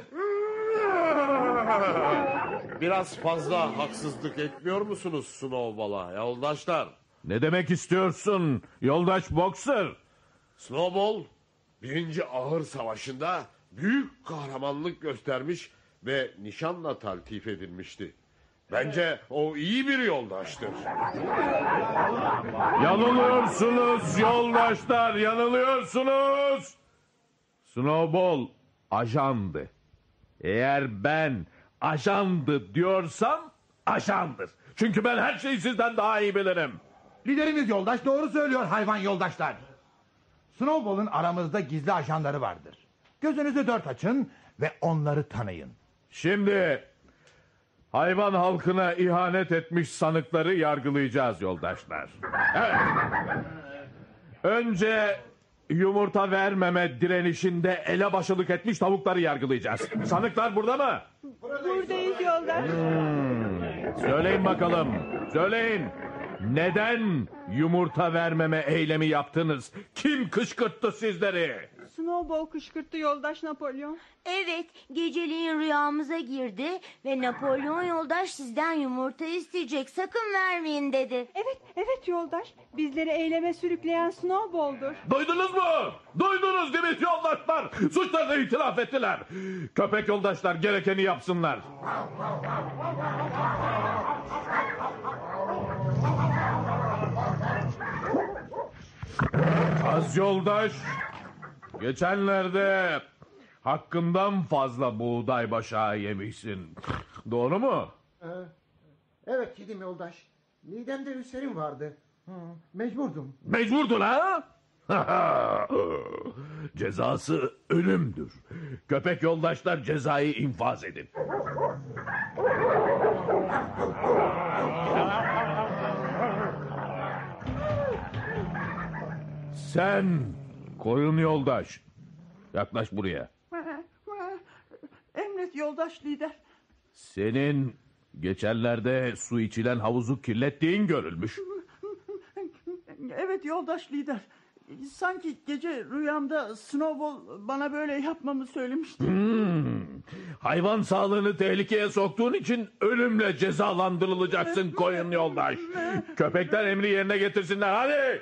Biraz fazla haksızlık etmiyor musunuz Snowball'a yoldaşlar? Ne demek istiyorsun yoldaş Boxer? Snowball birinci Ahır Savaşı'nda büyük kahramanlık göstermiş ve nişanla taltif edilmişti. Bence o iyi bir yoldaştır. Yanılıyorsunuz yoldaşlar, yanılıyorsunuz. Snowball ajandı. Eğer ben ajandı diyorsam ajandır. Çünkü ben her şeyi sizden daha iyi bilirim. Liderimiz yoldaş doğru söylüyor hayvan yoldaşlar. Snowball'un aramızda gizli ajanları vardır. Gözünüzü dört açın ve onları tanıyın. Şimdi hayvan halkına ihanet etmiş sanıkları yargılayacağız yoldaşlar. Evet. Önce yumurta vermeme direnişinde elebaşılık etmiş tavukları yargılayacağız. Sanıklar burada mı? Buradayız yoldaş. Hmm. Söyleyin bakalım. Söyleyin. Neden yumurta vermeme eylemi yaptınız? Kim kışkırttı sizleri? Snowball kışkırttı yoldaş Napolyon. Evet, geceliğin rüyamıza girdi ve Napolyon yoldaş sizden yumurta isteyecek, sakın vermeyin dedi. Evet, evet yoldaş. Bizleri eyleme sürükleyen Snowball'dur. Duydunuz mu? Duydunuz değil mi yoldaşlar? Suçlarını itiraf ettiler. Köpek yoldaşlar gerekeni yapsınlar. Az yoldaş, geçenlerde hakkından fazla buğday başağı yemişsin. Doğru mu? Ee, evet yedim yoldaş. Midemde ülserim vardı. Hı, mecburdum. Mecburdun ha? Cezası ölümdür. Köpek yoldaşlar cezayı infaz edin. Sen koyun yoldaş. Yaklaş buraya. Emret yoldaş lider. Senin geçenlerde su içilen havuzu kirlettiğin görülmüş. Evet yoldaş lider. Sanki gece rüyamda Snowball bana böyle yapmamı söylemişti. Hmm. Hayvan sağlığını tehlikeye soktuğun için ölümle cezalandırılacaksın koyun yoldaş. Köpekler emri yerine getirsinler, hadi.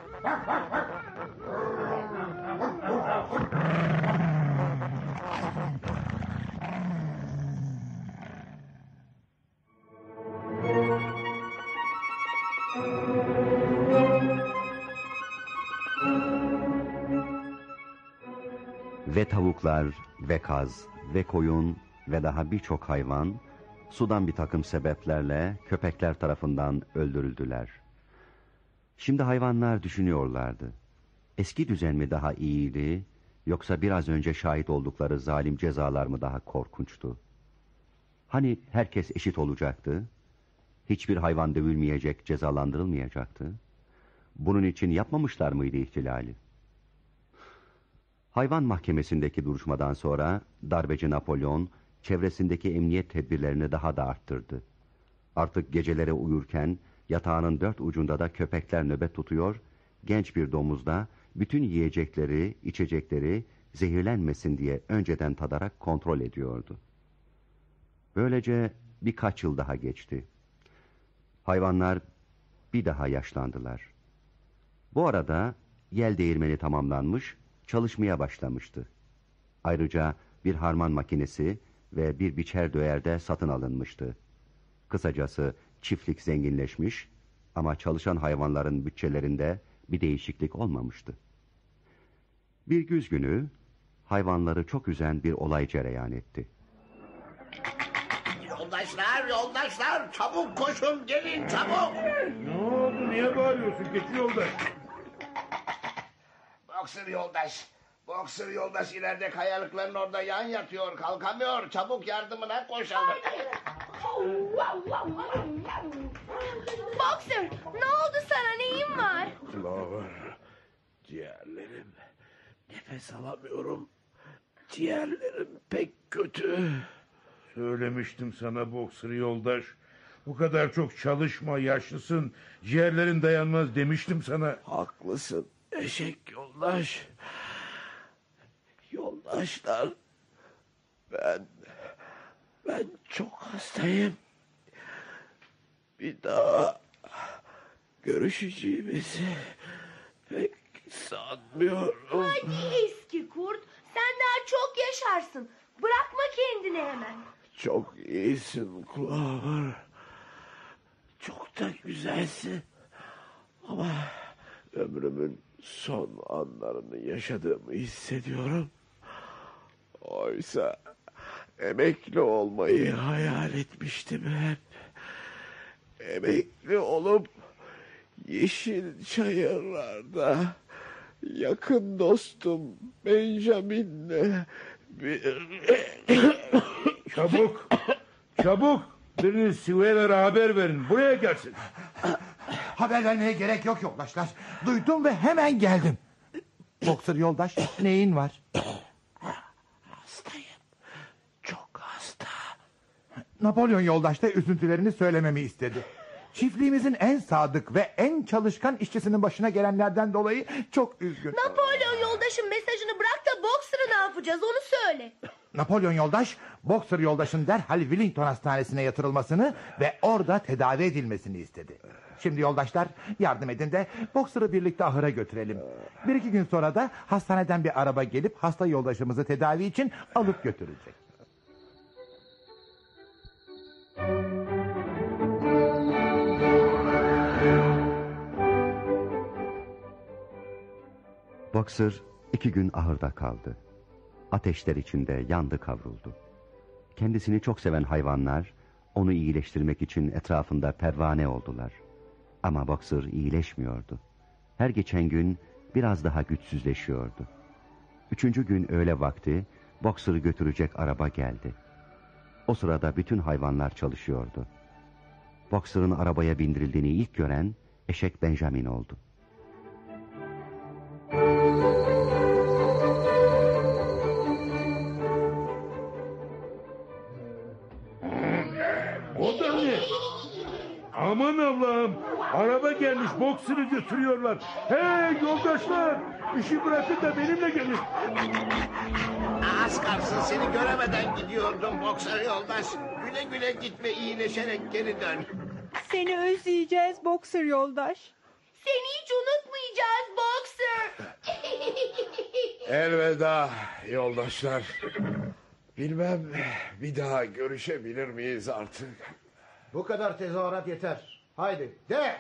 Ve tavuklar, ve kaz, ve koyun ve daha birçok hayvan sudan bir takım sebeplerle köpekler tarafından öldürüldüler. Şimdi hayvanlar düşünüyorlardı. Eski düzen mi daha iyiydi, yoksa biraz önce şahit oldukları zalim cezalar mı daha korkunçtu? Hani herkes eşit olacaktı? Hiçbir hayvan dövülmeyecek, cezalandırılmayacaktı? Bunun için yapmamışlar mıydı ihtilali? Hayvan mahkemesindeki duruşmadan sonra darbeci Napolyon çevresindeki emniyet tedbirlerini daha da arttırdı. Artık geceleri uyurken yatağının dört ucunda da köpekler nöbet tutuyor, genç bir domuz da bütün yiyecekleri, içecekleri zehirlenmesin diye önceden tadarak kontrol ediyordu. Böylece birkaç yıl daha geçti. Hayvanlar bir daha yaşlandılar. Bu arada yel değirmeni tamamlanmış, çalışmaya başlamıştı. Ayrıca bir harman makinesi ve bir biçer döğer de satın alınmıştı. Kısacası çiftlik zenginleşmiş ama çalışan hayvanların bütçelerinde bir değişiklik olmamıştı. Bir güz günü hayvanları çok üzen bir olay cereyan etti. Yoldaşlar, yoldaşlar, çabuk koşun, gelin çabuk. Ne oldu, niye bağırıyorsun keçi yoldaş? Boxer yoldaş, Boxer yoldaş ileride kayalıkların orada yan yatıyor, kalkamıyor. Çabuk yardımına koşalım. Boxer, ne oldu sana, neyin var? Clover, ciğerlerim, nefes alamıyorum. Ciğerlerim pek kötü. Söylemiştim sana Boxer yoldaş. Bu kadar çok çalışma, yaşlısın. Ciğerlerin dayanmaz demiştim sana. Haklısın eşek yoldaş. Yoldaşlar, ben ben çok hastayım. Bir daha görüşeceğimizi pek sanmıyorum. Hadi eski kurt, sen daha çok yaşarsın. Bırakma kendini hemen. Çok iyisin Clover. Çok da güzelsin. Ama ömrümün son anlarını yaşadığımı hissediyorum. Oysa emekli olmayı hayal etmiştim hep. Emekli olup yeşil çayırlarda yakın dostum Benjamin'le bir... Çabuk, çabuk. Biriniz Siveyler'e haber verin. Buraya gelsin. Haber vermeye gerek yok yoldaşlar. Duydum ve hemen geldim. Boxer yoldaş, neyin var? Hastayım. Çok hasta. Napolyon yoldaş da üzüntülerini söylememi istedi. Çiftliğimizin en sadık ve en çalışkan işçisinin başına gelenlerden dolayı çok üzgün. Napolyon yoldaşın mesajını bırak da Boxer'ı ne yapacağız onu söyle. Napolyon yoldaş, Boxer yoldaşın derhal Wellington Hastanesi'ne yatırılmasını ve orada tedavi edilmesini istedi. Şimdi yoldaşlar yardım edin de Boxer'ı birlikte ahıra götürelim. Bir iki gün sonra da hastaneden bir araba gelip hasta yoldaşımızı tedavi için alıp götürecek. Boxer iki gün ahırda kaldı. Ateşler içinde yandı kavruldu. Kendisini çok seven hayvanlar onu iyileştirmek için etrafında pervane oldular. Ama Boxer iyileşmiyordu. Her geçen gün biraz daha güçsüzleşiyordu. Üçüncü gün öğle vakti Boxer'ı götürecek araba geldi. O sırada bütün hayvanlar çalışıyordu. Boxer'ın arabaya bindirildiğini ilk gören eşek Benjamin oldu. O da ne? Aman Allah'ım, araba gelmiş, Boxer'ı götürüyorlar. Hey yoldaşlar, işi bırakın da benimle gelin. Az kalsın seni göremeden gidiyordum Boxer yoldaş. Güle güle git ve iyileşerek geri dön. Seni özleyeceğiz Boxer yoldaş. Seni hiç unutmayacağız Boxer. Elveda yoldaşlar. Bilmem bir daha görüşebilir miyiz artık? Bu kadar tezahürat yeter. Haydi de.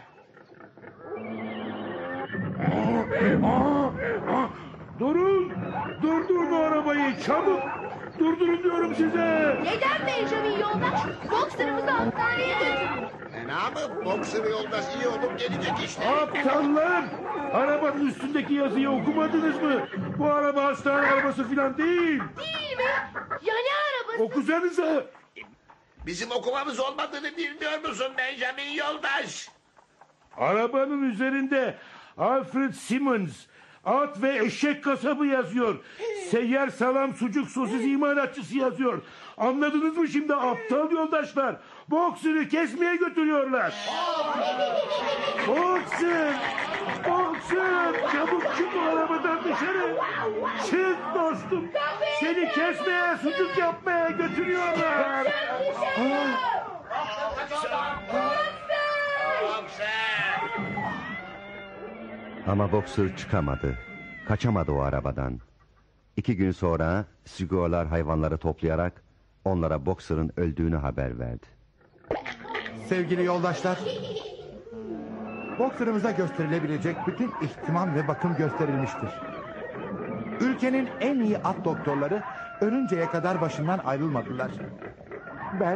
Durun, durdurun o arabayı çabuk. Durdurun diyorum size. Neden Benjamin yoldaş? Boxer'ımızı hastaneye götür. Fena mı? Boxer yoldaş iyi olup gelecek işte. Aptallar! Arabanın üstündeki yazıyı okumadınız mı? Bu araba hastane arabası falan değil. Değil mi? Ya ne arabası? Okusanıza. Bizim okumamız olmadığını bilmiyor musun Benjamin yoldaş? Arabanın üzerinde Alfred Simmons at ve eşek kasabı yazıyor. Seyyar salam sucuk sosis imalatçısı yazıyor. Anladınız mı şimdi aptal yoldaşlar? Boxer'ı kesmeye götürüyorlar. Boxer! Boxer! Çabuk çık o arabadan dışarı. Çık dostum. Seni kesmeye, sucuk yapmaya götürüyorlar. Ama Boxer çıkamadı. Kaçamadı o arabadan. İki gün sonra Sigorlar hayvanları toplayarak onlara Boxer'ın öldüğünü haber verdi. Sevgili yoldaşlar, Boxer'ımıza gösterilebilecek bütün ihtimam ve bakım gösterilmiştir. Ülkenin en iyi at doktorları ölünceye kadar başından ayrılmadılar. Ben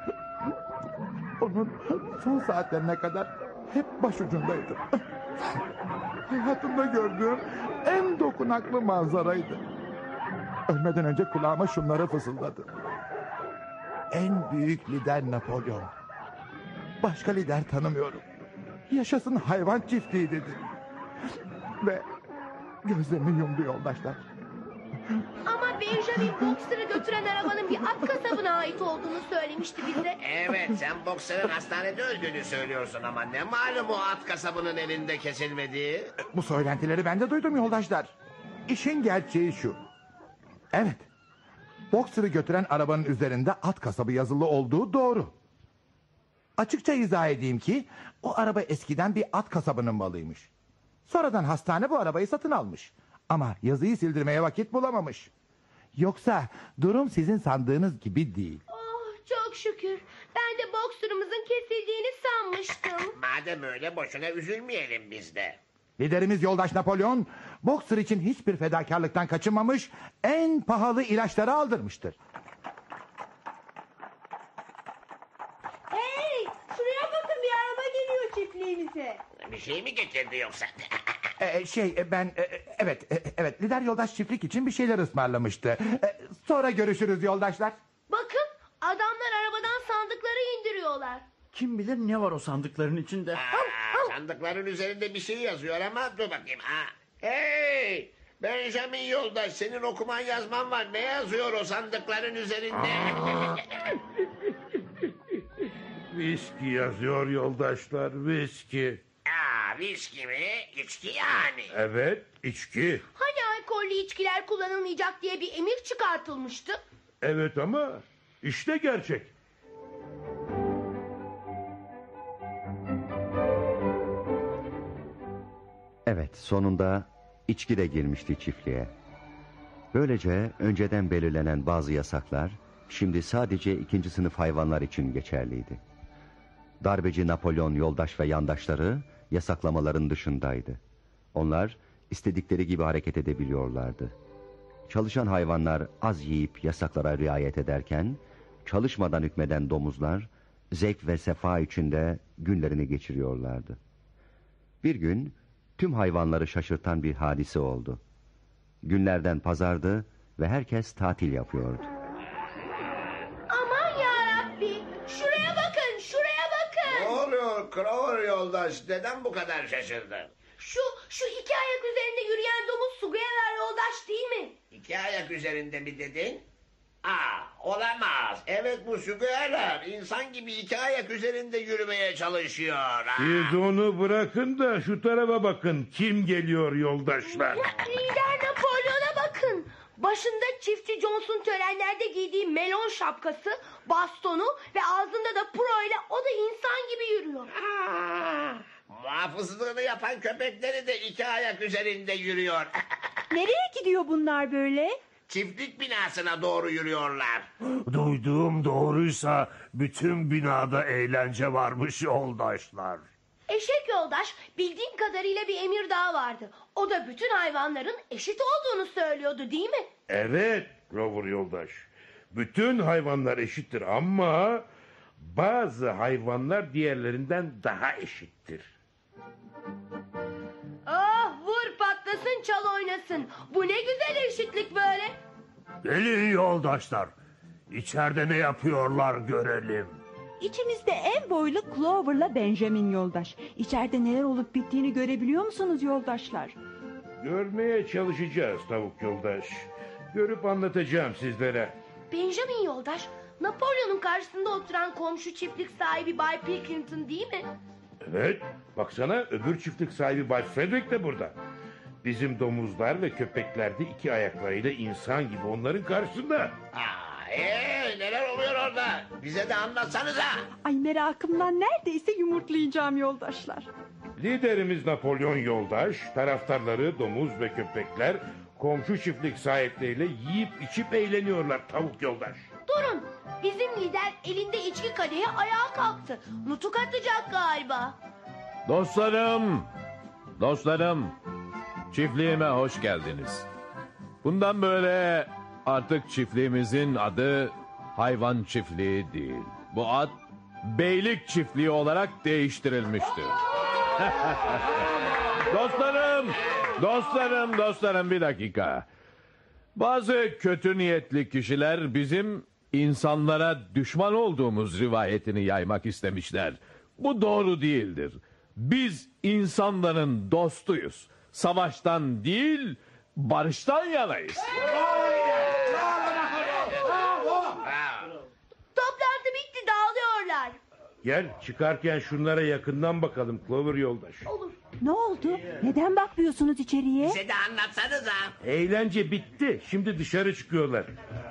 onun son saatlerine kadar hep başucundaydım. Hayatımda gördüğüm en dokunaklı manzaraydı. Ölmeden önce kulağıma şunları fısıldadı. En büyük lider Napolyon. Başka lider tanımıyorum. Yaşasın hayvan çiftliği dedi. Ve gözlerini yumdu yoldaşlar. Ama Benjamin Boxer'ı götüren arabanın bir at kasabına ait olduğunu söylemişti bize. Evet sen Boxer'ın hastanede öldüğünü söylüyorsun ama ne malum o at kasabının elinde kesilmediği. Bu söylentileri ben de duydum yoldaşlar. İşin gerçeği şu. Evet. Boxer'ı götüren arabanın üzerinde at kasabı yazılı olduğu doğru. Açıkça izah edeyim ki o araba eskiden bir at kasabının malıymış. Sonradan hastane bu arabayı satın almış. Ama yazıyı sildirmeye vakit bulamamış. Yoksa durum sizin sandığınız gibi değil. Oh çok şükür. Ben de Boxer'ımızın kesildiğini sanmıştım. Madem öyle boşuna üzülmeyelim biz de. Liderimiz yoldaş Napolyon, Boxer için hiçbir fedakarlıktan kaçınmamış, en pahalı ilaçları aldırmıştır. Hey, şuraya bakın bir araba geliyor çiftliğimize. Bir şey mi getirdi yoksa? Ee, şey ben e, evet e, evet lider yoldaş çiftlik için bir şeyler ısmarlamıştı. E, sonra görüşürüz yoldaşlar. Bakın adamlar arabadan sandıkları indiriyorlar. Kim bilir ne var o sandıkların içinde. Aa, sandıkların üzerinde bir şey yazıyor ama dur bakayım. Aa, hey Benjamin yoldaş senin okuman yazman var. Ne yazıyor o sandıkların üzerinde? Viski yazıyor yoldaşlar, viski. Aa, viski mi? İçki yani. Evet, içki. Hani alkollü içkiler kullanılmayacak diye bir emir çıkartılmıştı? Evet ama işte gerçek. Evet, sonunda içki de girmişti çiftliğe. Böylece önceden belirlenen bazı yasaklar şimdi sadece ikinci sınıf hayvanlar için geçerliydi. Darbeci Napolyon yoldaş ve yandaşları yasaklamaların dışındaydı. Onlar istedikleri gibi hareket edebiliyorlardı. Çalışan hayvanlar az yiyip yasaklara riayet ederken, çalışmadan hükmeden domuzlar zevk ve sefa içinde günlerini geçiriyorlardı. Bir gün tüm hayvanları şaşırtan bir hadise oldu. Günlerden pazardı ve herkes tatil yapıyordu. Aman yarabbi, şuraya bakın, şuraya bakın. Ne oluyor Clover yoldaş? Neden bu kadar şaşırdın? Şu, şu iki ayak üzerinde yürüyen domuz Sugueler yoldaş değil mi? İki ayak üzerinde mi dedin? Aa, olamaz. Evet, bu sügüyeler insan gibi iki ayak üzerinde yürümeye çalışıyor. Ha. Siz onu bırakın da şu tarafa bakın. Kim geliyor yoldaşlar? Lider Napolyon'a bakın. Başında çiftçi Jones'un törenlerde giydiği melon şapkası, bastonu ve ağzında da pro ile o da insan gibi yürüyor. Aa, muhafızlığını yapan köpekleri de iki ayak üzerinde yürüyor. Nereye gidiyor bunlar böyle? Çiftlik binasına doğru yürüyorlar. Duyduğum doğruysa bütün binada eğlence varmış yoldaşlar. Eşek yoldaş, bildiğim kadarıyla bir emir daha vardı. O da bütün hayvanların eşit olduğunu söylüyordu değil mi? Evet Clover yoldaş. Bütün hayvanlar eşittir ama bazı hayvanlar diğerlerinden daha eşittir. Ah, vur patlasın çal oynasın. Bu ne güzel eşitlik böyle. Gelin yoldaşlar. İçeride ne yapıyorlar görelim. İçimizde en boylu Clover'la Benjamin yoldaş. İçeride neler olup bittiğini görebiliyor musunuz yoldaşlar? Görmeye çalışacağız tavuk yoldaş. Görüp anlatacağım sizlere. Benjamin yoldaş, Napolyon'un karşısında oturan komşu çiftlik sahibi Bay Pilkington değil mi? Evet, baksana öbür çiftlik sahibi Bay Frederick de burada. Bizim domuzlar ve köpekler de iki ayaklarıyla insan gibi onların karşısında. Aa, ee, neler oluyor orada? Bize de anlatsanıza. Ay, merakımdan neredeyse yumurtlayacağım yoldaşlar. Liderimiz Napolyon yoldaş, taraftarları domuz ve köpekler komşu çiftlik sahipleriyle yiyip içip eğleniyorlar tavuk yoldaş. Durun, bizim lider elinde içki kadehi ayağa kalktı. Nutuk atacak galiba. Dostlarım, dostlarım, çiftliğime hoş geldiniz. Bundan böyle artık çiftliğimizin adı hayvan çiftliği değil. Bu ad beylik çiftliği olarak değiştirilmiştir. Dostlarım, dostlarım, dostlarım bir dakika. Bazı kötü niyetli kişiler bizim insanlara düşman olduğumuz rivayetini yaymak istemişler. Bu doğru değildir. Biz insanların dostuyuz. Savaştan değil, barıştan yanayız. Toplantı bitti, dağılıyorlar. Gel çıkarken şunlara yakından bakalım Clover yoldaş. Olur. Ne oldu? Neden bakmıyorsunuz içeriye? Bize de anlatsanıza. Eğlence bitti. Şimdi dışarı çıkıyorlar.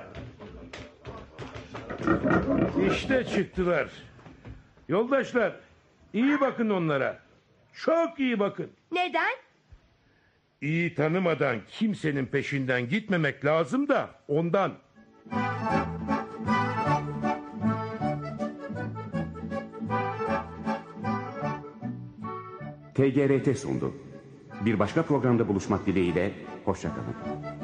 İşte çıktılar. Yoldaşlar, iyi bakın onlara. Çok iyi bakın. Neden? İyi tanımadan kimsenin peşinden gitmemek lazım da ondan. T G R T sundu. Bir başka programda buluşmak dileğiyle, hoşça kalın.